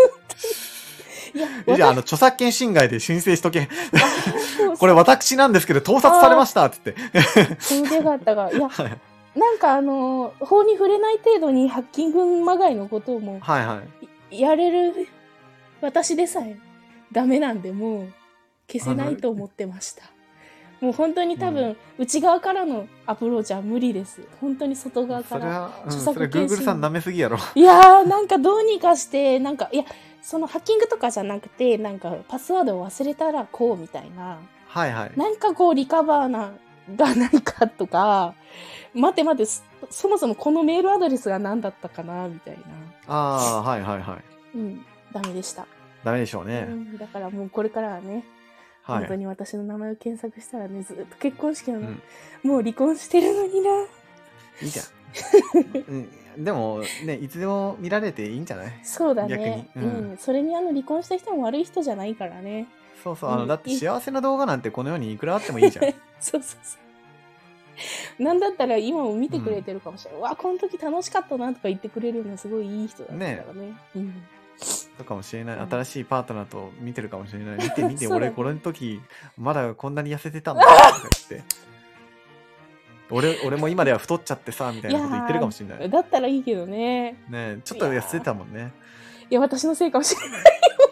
いや、じゃあ、著作権侵害で申請しとけ。これ私なんですけど、盗撮されましたっつって。
それでよかったが、いや、はい、なんか法に触れない程度にハッキングまがいのことをもう、はいはい、やれる私でさえダメなんで、もう消せないと思ってました。もう本当に多分、内側からのアプローチは無理です。本当に外側から。
それ Google さん舐めすぎやろ。
いやー、なんかどうにかして、なんか、いや、そのハッキングとかじゃなくて、なんかパスワードを忘れたらこうみたいな。はいはい。なんかこうリカバーがないかとか、待て、そもそもこのメールアドレスが何だったかなみたいな。
ああ、はいはいはい。
うん、ダメでした。
ダメでしょうね。
だからもうこれからはね、はい、本当に私の名前を検索したらね、ずっと結婚式の、もう離婚してるのにな。
いいじゃん。でもね、いつでも見られていいんじゃない？
そうだね。逆に。それに離婚した人も悪い人じゃないからね。
そうそう、だって幸せな動画なんてこの世にいくらあってもいいじゃん。
そう。なんだったら今も見てくれてるかもしれない。わ、この時楽しかったなとか言ってくれるのはすごいいい人だったからね。
そうかもしれない。新しいパートナーと見てるかもしれない。見て、俺この時まだこんなに痩せてたんだとか言って。俺も今では太っちゃってさみたいなこと言ってるかもしれない。
だったらいいけどね。
ね、ちょっと痩せてたもんね。
いや、私のせいかもしれない。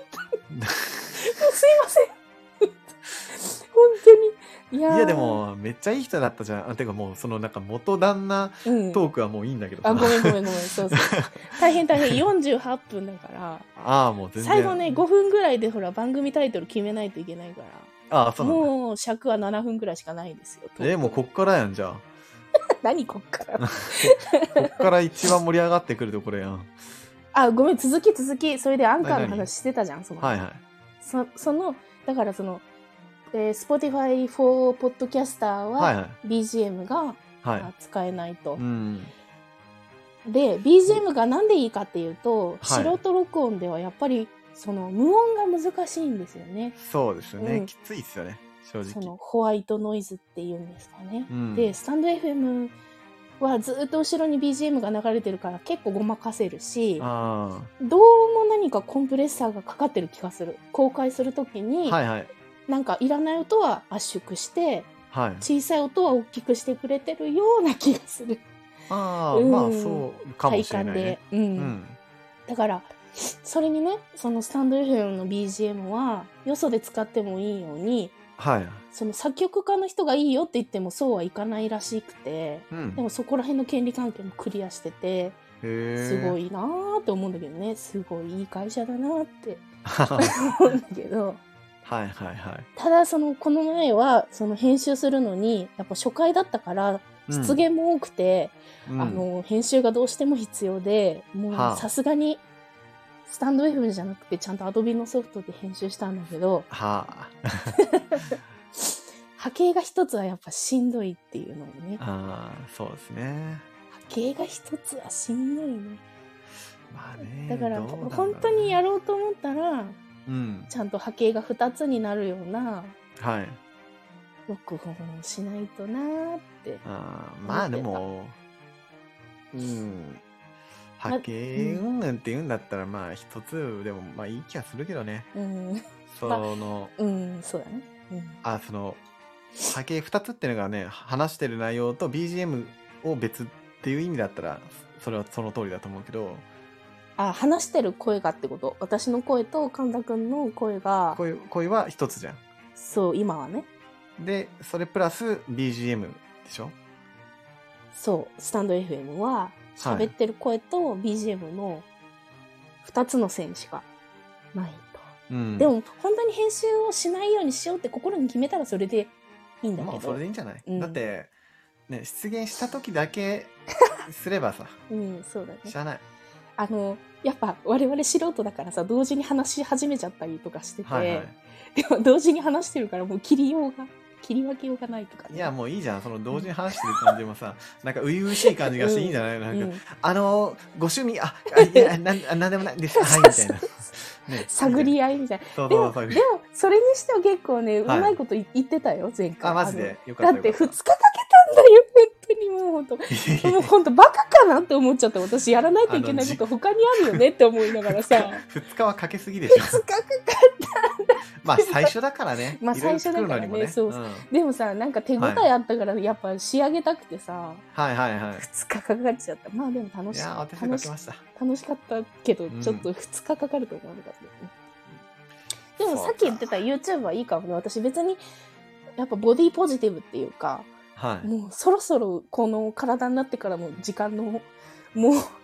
すいません。本当に。いや
でもめっちゃいい人だったじゃん。てかもうそのなんか元旦那トークはもういいんだけど。
ごめん。そう。大変48分だから。
ああ、もう全然。
最後ね、5分ぐらいでほら番組タイトル決めないといけないから。
ああ、そうなんだ。
もう尺は7分ぐらいしかないですよ。
もうこっからやんじゃあ。
何こっからこ
っから一番盛り上がってくるところやん。
あ、ごめん、続き。それでアンカーの話してたじゃん、
はいはい。
だからSpotify for Podcaster は BGM が使えないと。で、BGM がなんでいいかっていうと、素人録音ではやっぱり無音が難しいんですよね。
そうですよね。きついですよね。正直。
ホワイトノイズっていうんですかね。で、スタンド FM はずっと後ろに BGM が流れてるから結構ごまかせるし、どうも何かコンプレッサーがかかってる気がする。公開するときに、なんかいらない音は圧縮して、小さい音は大きくしてくれてるような気がする。
まあそうかもしれないね。
体感で。だから、それにね、そのスタンド FM の BGM は、よそで使ってもいいように、その作曲家の人がいいよって言ってもそうはいかないらしくて、でもそこら辺の権利関係もクリアしてて、すごいなーって思うんだけどね、すごいいい会社だなーって思うんだけど、ただこの前は編集するのにやっぱ初回だったから失言も多くて、編集がどうしても必要で、もうさすがにスタンド FM じゃなくてちゃんと Adobe のソフトで編集したんだけど、波形が一つはやっぱしんどいっていうのをね。
そうですね。
波形が一つはしんどいね。
まあね。
だから本当にやろうと思ったら、ちゃんと波形が2つになるような録音をしないとなーって。
まあでも、波形云々って言うんだったらまあ一つでもまあいい気がするけどね。そうだね。波形2つっていうのがね、話してる内容と BGM を別っていう意味だったらそれはその通りだと思うけど。
話してる声がってこと？私の声と神田くんの声が。
声は一つじゃん。
そう、今はね。
で、それプラス BGM でしょ？
そう、スタンド FM は喋ってる声と BGM の2つの線しかないと。でも本当に編集をしないようにしようって心に決めたらそれでいいんだけど。
まあそれでいいんじゃない？だってね、出現した時だけすればさ。
そうだね。
しゃあない。
やっぱ我々素人だからさ、同時に話し始めちゃったりとかしてて、
はいはい。
でも同時に話してるからもう切り分けようがないとかね。
いや、もういいじゃん。その同時に話してる感じもさ、なんか初々しい感じがしていいんじゃない、なんか、ご趣味、いや、なんでもないです。はい、みたいな。ね。
探り合いみたいな。
そう
でも、
そうそう。
それにしては結構ね、う
はい
まいこと言ってたよ、前回。
マジでよかった
だって2
よかった。
日かけたんだよ、本当にもう本当。もう本当バカかなって思っちゃって、私やらないといけないこと他にあるよねって思いながらさ。
2日はかけすぎでしょ。
2日かかった
まあ最初だからね。
まあ最初だからね、そう。でもさ、なんか手応えあったから、やっぱ仕上げたくてさ、
はいはいはい。
2日かかっちゃった。まあでも楽しかった。楽しかったけど、ちょっと2日かかると思わなかったよね。でもさっき言ってた YouTube はいいかもね。私別に、やっぱボディポジティブっていうか、もうそろそろこの体になってからの時間の、もう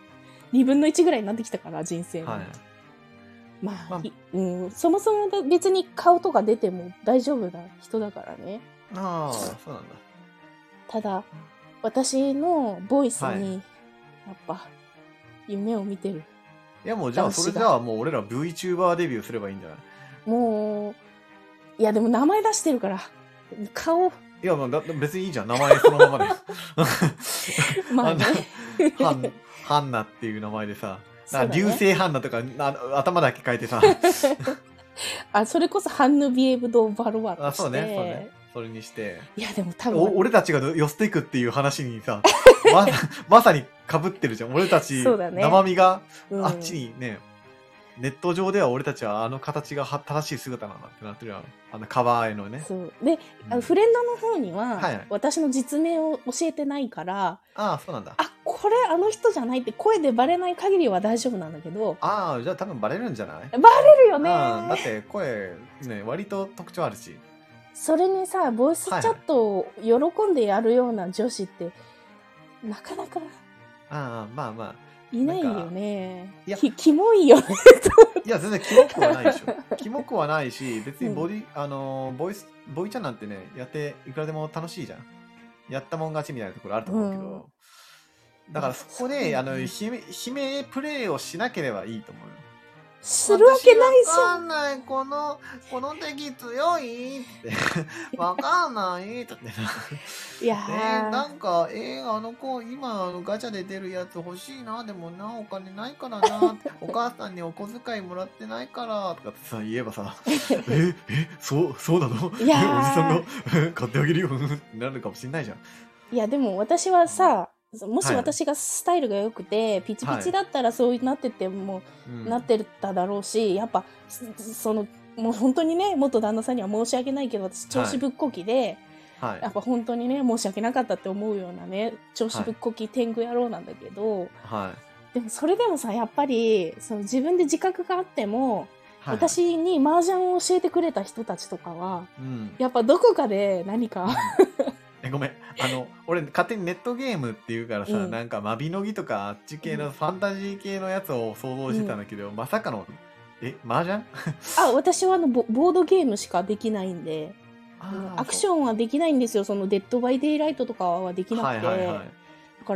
2分の1ぐらいになってきたから、人生の。まあ、そもそも別に顔とか出ても大丈夫な人だからね。
ああ、そうなんだ。
ただ、私のボイスに、やっぱ、夢を見てる。
いやもうじゃあ、それじゃあもう俺ら VTuber デビューすればいいんじゃない？
もう、いやでも名前出してるから、顔。
いや、まあ、別にいいじゃん。名前そのままで。
まあね。
ハンナっていう名前でさ、流星ハンナとか頭だけ変えてさ。
それこそハンヌビエブドバロワとして。
そうね。それにして。
いやでも多分。
俺たちが寄せていくっていう話にさ、まさに被ってるじゃん。俺たち、生身があっちにね、ネット上では俺たちはあの形が正しい姿なんだってなってるよ。カバーへのね。
そうで、フレンドの方には、私の実名を教えてないから、
そうなんだ。
これあの人じゃないって声でバレない限りは大丈夫なんだけど。
じゃあ多分バレるんじゃない？
バレるよね。
だって声ね、割と特徴あるし。
それにさ、ボイスチャットを喜んでやるような女子って、なかなか。
まあまあ。
いないよね。キモいよね。
いや、全然キモくはないでしょ。キモくはないし、別にボイちゃんなんてね、やっていくらでも楽しいじゃん。やったもん勝ちみたいなところあると思うけど。だからそこで、姫プレイをしなければいいと思うよ。
するわけないじゃん。
わかんない。この敵強いってわかんないって。
いや
なんか、あの子、今、ガチャで出るやつ欲しいな。でもな、お金ないからな。お母さんにお小遣いもらってないから。とかってさ、言えばさ、そうなの？おじさんが買ってあげるよ。ってなるかもしんないじゃん。
いや、でも私はさ、もし私がスタイルが良くて、ピチピチだったらそうなってても、なってただろうし、やっぱ、もう本当にね、元旦那さんには申し訳ないけど、私、調子ぶっこきで、やっぱ本当にね、申し訳なかったって思うようなね、調子ぶっこき天狗野郎なんだけど、でもそれでもさ、やっぱり、自分で自覚があっても、私に麻雀を教えてくれた人たちとかは、やっぱどこかで何か、
ごめん。俺、勝手にネットゲームっていうからさ、なんか、マビノギとか、あっち系のファンタジー系のやつを想像してたんだけど、まさかの、麻雀？
私はボードゲームしかできないんで、アクションはできないんですよ。デッドバイデイライトとかはできなくて。だから、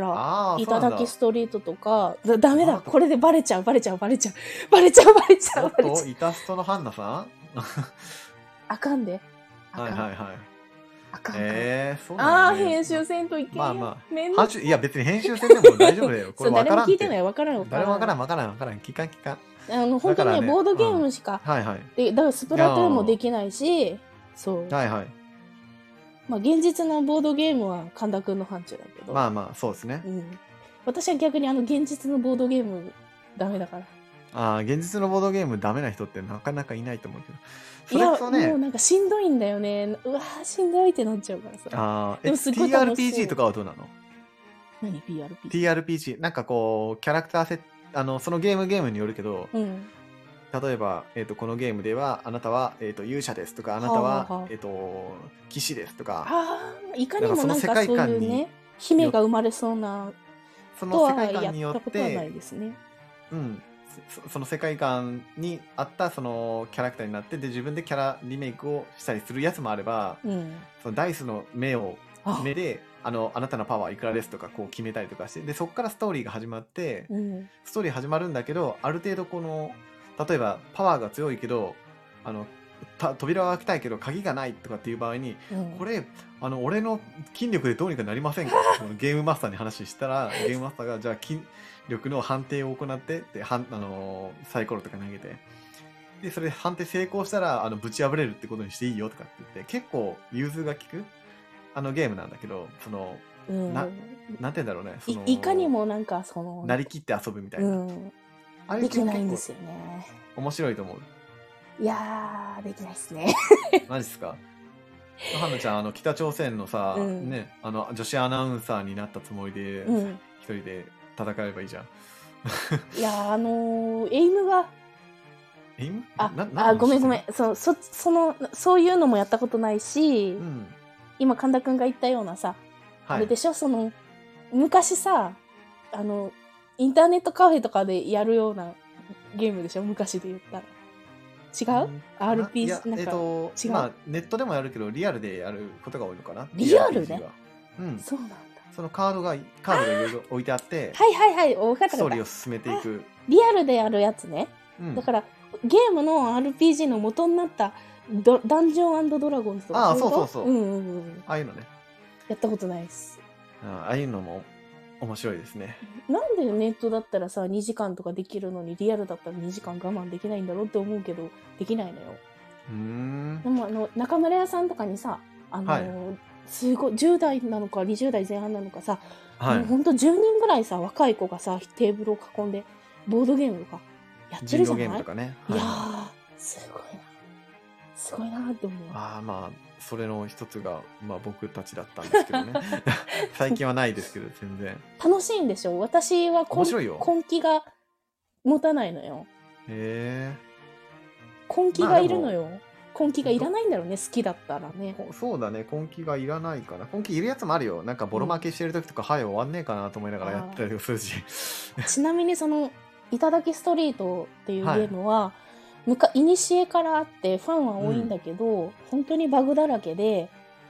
いただきストリートとか、ダメだ、これでバレちゃう。イタ
ストのハンナさん？
あかんで。
あかんそうなんだね。
編集せんといけん。
まあ。いや、別に編集せんでも大丈夫だよ。これ
誰も聞いてない。わからん。
誰もわからん。聞かん。
本当にね、ボードゲームしか。だからスプラトゥーンもできないし、そう。まあ、現実のボードゲームは神田くんの範疇だけど。
まあ、そうですね。
私は逆に現実のボードゲームダメだから。
現実のボードゲームダメな人ってなかなかいないと思うけど。
いや、もうなんかしんどいんだよね。うわー、しんどいってなっちゃうからさ。
でもすごい楽しそう。TRPG とかはどうなの？
何 TRPG？
なんかこう、キャラクターそのゲームによるけど、例えば、このゲームでは、あなたは、勇者ですとか、あなたは、騎士ですとか。
いかにもなんかそういうね、姫が生まれそうな、
その世界観によって、
やったことはないですね。
その世界観に合ったそのキャラクターになって、で自分でキャラリメイクをしたりするやつもあれば、そのダイスの目であなたのパワーいくらですとかこう決めたりとかして、でそこからストーリーが始まって、ストーリー始まるんだけど、ある程度この例えばパワーが強いけど扉を開けたいけど鍵がないとかっていう場合に、これ俺の筋力でどうにかなりませんかってゲームマスターに話したら、ゲームマスターがじゃあ筋力の判定を行ってってサイコロとか投げて、でそれで判定成功したらぶち破れるってことにしていいよとかって言って、結構融通が利くゲームなんだけど、なんて言うんだろうね、
いかにもなんか
なりきって遊ぶみたいな、
あれできないんですよね。
面白いと思う。
いやー、できないですね。
マジっすか。はなちゃん北朝鮮のさ、ね、女子アナウンサーになったつもりで、一人で戦えばいいじゃん。
いやエイムが
エイム
ごめんそういうのもやったことないし、今神田くんが言ったようなさ、あれでしょ、昔さインターネットカフェとかでやるようなゲームでしょ、昔で言ったら。違う ?RPG なんか違う。
まあネットでもやるけどリアルでやることが多いのかな。
リアルね。そうなんだ。
そのカードがいろいろ置いてあって、
分かった。
ストーリーを進めていく。
リアルでやるやつね。だからゲームの RPG の元になったダンジョン&ドラゴンズとか。
そう。ああいうのね。
やったことないです。
ああいうのも面白いですね。
なんでネットだったらさ2時間とかできるのにリアルだったら2時間我慢できないんだろうって思うけど、できないのよ。でも中村屋さんとかにさすごい10代なのか20代前半なのかさ、もうほんと10人ぐらいさ若い子がさテーブルを囲んでボードゲームとかやってるじゃない。
人狼ゲームとかね。
いやーすごいなって思う。
まあそれの一つが僕たちだったんですけどね。最近はないですけど全然
楽しいんでしょ。私は根気が持たないのよ。根気がいるのよ。根気がいらないんだろうね、好きだったらね。
そうだね、根気がいらないかな。根気いるやつもあるよ。なんかボロ負けしてる時とか、はい終わんねえかなと思いながらやったりするし。
ちなみにいただきストリートっていうゲームは、いにしえからあってファンは多いんだけど、本当にバグだらけで、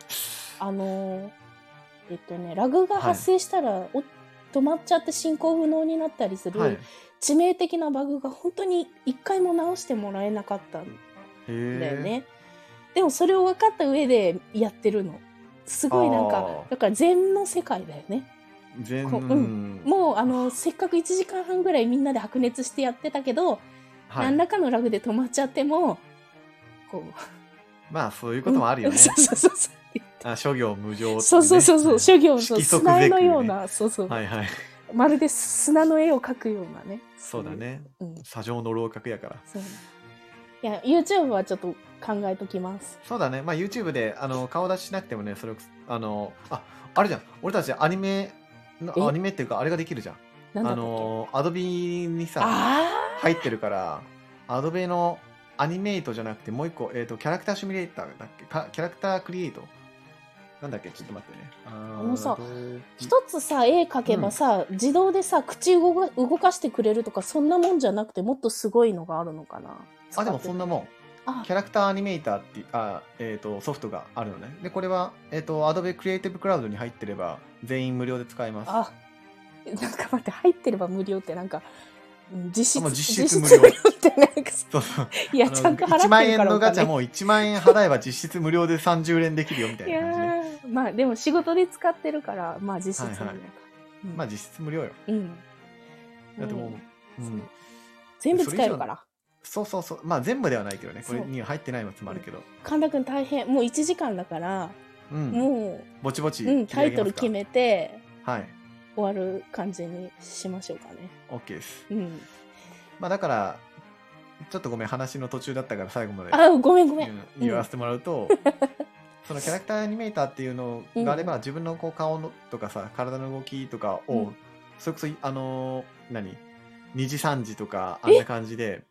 ラグが発生したら、止まっちゃって進行不能になったりする、致命的なバグが本当に一回も直してもらえなかったんだよね。でもそれを分かった上でやってるの。すごいなんか、だから禅の世界だよね。もうせっかく1時間半ぐらいみんなで白熱してやってたけど、何らかのラグで止まっちゃってもこう
そういうこともあるよね。諸行無常ってね。
諸行の砂絵のような、まるで砂の絵を描くようなね。
そうだね。砂上の楼閣やから。
いや YouTube はちょっと考えときます。
そうだね。YouTube で顔出ししなくてもね、それあれじゃん。俺たちアニメっていうかあれができるじゃん。アドビにさ入ってるから、アドベのアニメイトじゃなくてもう一個キャラクターシミュレーターだっけ、キャラクタークリエイトなんだっけ、ちょっと待ってね。
さ一つさ絵描けばさ、自動でさ口動かしてくれるとかそんなもんじゃなくてもっとすごいのがあるのかな。
でもそんなもん。キャラクターアニメーターってソフトがあるのね。でこれはAdobe Creative Cloud に入ってれば全員無料で使えます。
なんか待って、入ってれば無料ってなんか実
質無料
ってなんかいやちゃんと払ってるから
1万円のガチャも1万円払えば実質無料で30連できるよみたいな感じ
ね。でも仕事で使ってるから実質無料か。
実質無料よ。だってもう
全部使えるから。
そう全部ではないけどね、これには入ってないやつもあるけど。
神田くん大変、もう1時間だからもう
ぼちぼち
タイトル決めて
終
わる感じにしましょうかね。
OK です。だからちょっとごめん、話の途中だったから最後まで
ごめん
言わせてもらうと、そのキャラクターアニメーターっていうのがあれば、自分の顔のとかさ体の動きとかを、それこそ2時3時とかあんな感じで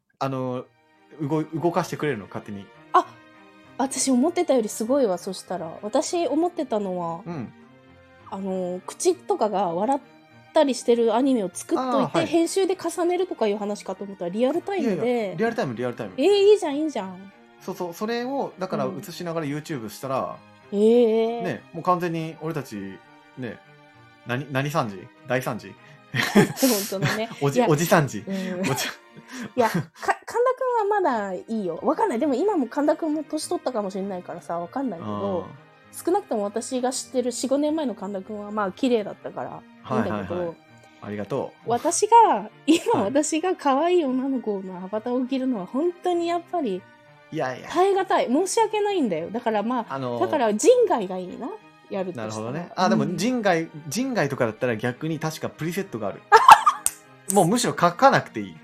動かしてくれるの、勝手に。
私思ってたよりすごいわ。そしたら私思ってたのは、口とかが笑ったりしてるアニメを作っといて、編集で重ねるとかいう話かと思ったらリアルタイムで。
リアルタイム。
いいじゃん。
それをだから映しながら YouTube したら、 ね、もう完全に俺たち、ね、何3時大3時
本当だね。
おじ3時。
いや、神田くんはまだいいよ。わかんない。でも今も神田くんも年取ったかもしれないからさ、わかんないけど、少なくとも私が知ってる4、5年前の神田くんはまあ綺麗だったからいいんだけど、
ありがとう。
私が可愛い女の子のアバターを着るのは本当にやっぱり耐え難い。申し訳ないんだよ。だからまあ、だから人外がいいな。やるとしたら。
なるほどね。でも人外とかだったら逆に確かプリセットがある。もうむしろ書かなくていい。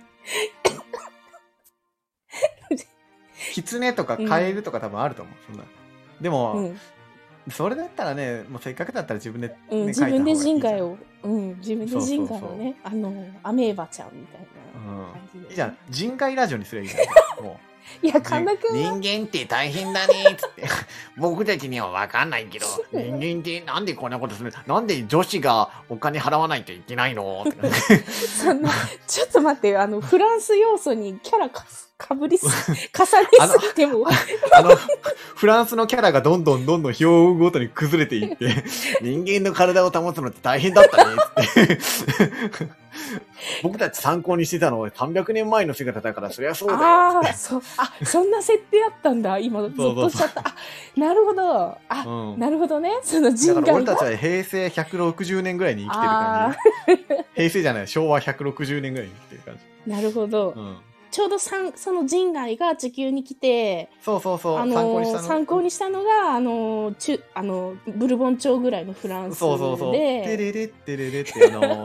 狐とかカエルとか多分あると思う。そんな。でも、それだったらね、もうせっかくだったら自分で、
自分で人外を、自分で人外をね、アメーバちゃんみたいな感じで。
じゃあ、人外ラジオにすればいいじゃん。もう。
いや、神田くん
は。人間って大変だねっつって。僕たちには分かんないけど、人間ってなんでこんなことするの？なんで女子がお金払わないといけないの？
そんな、ちょっと待って、フランス要素にキャラ重ねすぎても。
フランスのキャラがどんどん日を追うごとに崩れていって、
人間の体を保つのって大変だったねって僕たち参考にしてたのは300年前の姿だからそりゃそうだよ。
そんな設定あったんだ。今、ゾッとしちゃった。なるほど。なるほどね。その人外が。
だから俺たちは平成160年ぐらいに生きてる感じ。平成じゃない、昭和160年ぐらいに生きてる感じ。
なるほど。ちょうどその人外が地球に来て、
参
考にしたのが、ブルボン朝ぐらいのフランスで、
テレレッテレレって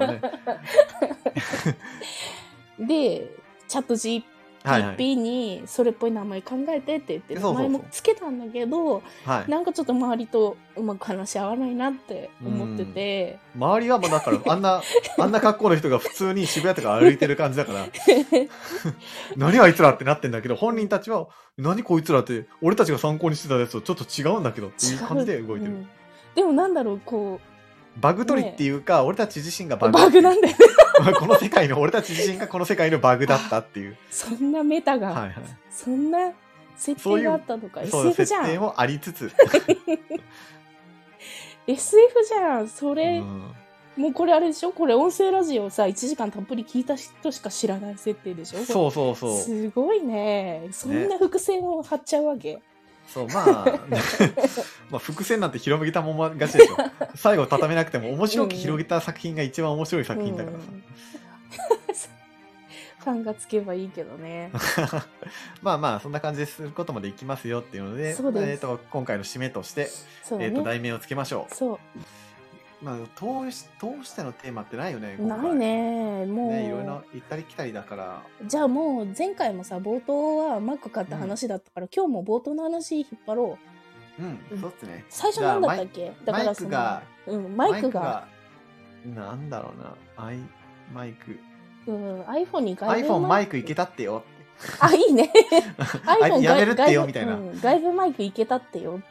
で、チャット GP にそれっぽい名前考えてって言って、名前もつけたんだけど、なんかちょっと周りとうまく話し合わないなって思ってて。
周りはもうだから、あんな格好の人が普通に渋谷とか歩いてる感じだから、何あいつらってなってんだけど、本人たちは、何こいつらって、俺たちが参考にしてたやつとちょっと違うんだけどっていう感じで動いてる。
でもなんだろう、こう、
バグ取りっていうか、俺たち自身がバ
グなんだよね。
この世界の、俺たち自身がこの世界のバグだったっていう。
そんなメタが、そんな設定があったのか。
SF じゃん。設定もありつつ。
SF じゃん。それ、もうこれあれでしょ？これ音声ラジオをさ、1時間たっぷり聞いた人しか知らない設定でしょ？
そう。
すごいね。そんな伏線を張っちゃうわけ。
そう、まあ伏線なんて広げたもんがちでしょ。最後畳めなくても面白く広げた作品が一番面白い作品だからさ。
ファンがつけばいいけどね。
まあそんな感じですることまでいきますよっていうので、今回の締めとして、題名をつけましょう。
そう。
まあ、通してのテーマってないよね。
ないね。もう。
ね、いろいろ行ったり来たりだから。
じゃあもう前回もさ、冒頭はマック買った話だったから、今日も冒頭の話引っ張ろ
う。そうっすね。
最初なんだったっけ？だからマイクが。
なんだろうな。マイク。
iPhone に外部
iPhone マイクいけたってよ。
いいね。
iPhone やめるってよみたいな。
外部マイクいけたってよ。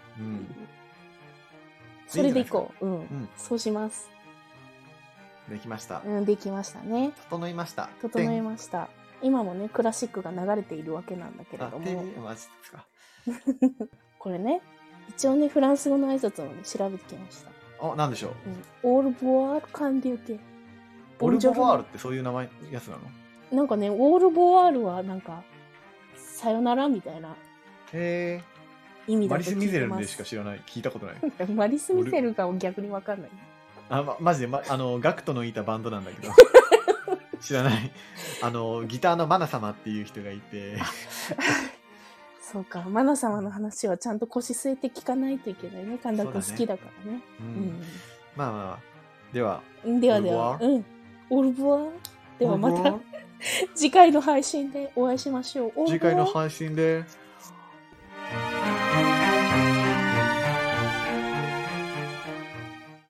それでいこう。そうします。
できました。
できましたね。
整いました。
今もね、クラシックが流れているわけなんだけれども。
マジですか。
これね、一応ね、フランス語の挨拶をね、調べてきました。
なんでしょう。
オールボワールカンデューテ。
オルボワールってそういう名前、やつなの？
なんかね、オールボワールはなんか、さよならみたいな。
へー。
意味だ
と聞いてます。マリス・ミゼルでしか知らない。聞いたことない。
マリス・ミゼルが逆にわかんない。
マジで、ガクトのいたバンドなんだけど。知らない。ギターのマナ様っていう人がいて。
そうか、マナ様の話はちゃんと腰据えて聞かないといけないね。神田君好きだからね。
まあ、では。
オルボワー。ではまた次回の配信でお会いしましょう。
次回の配信で。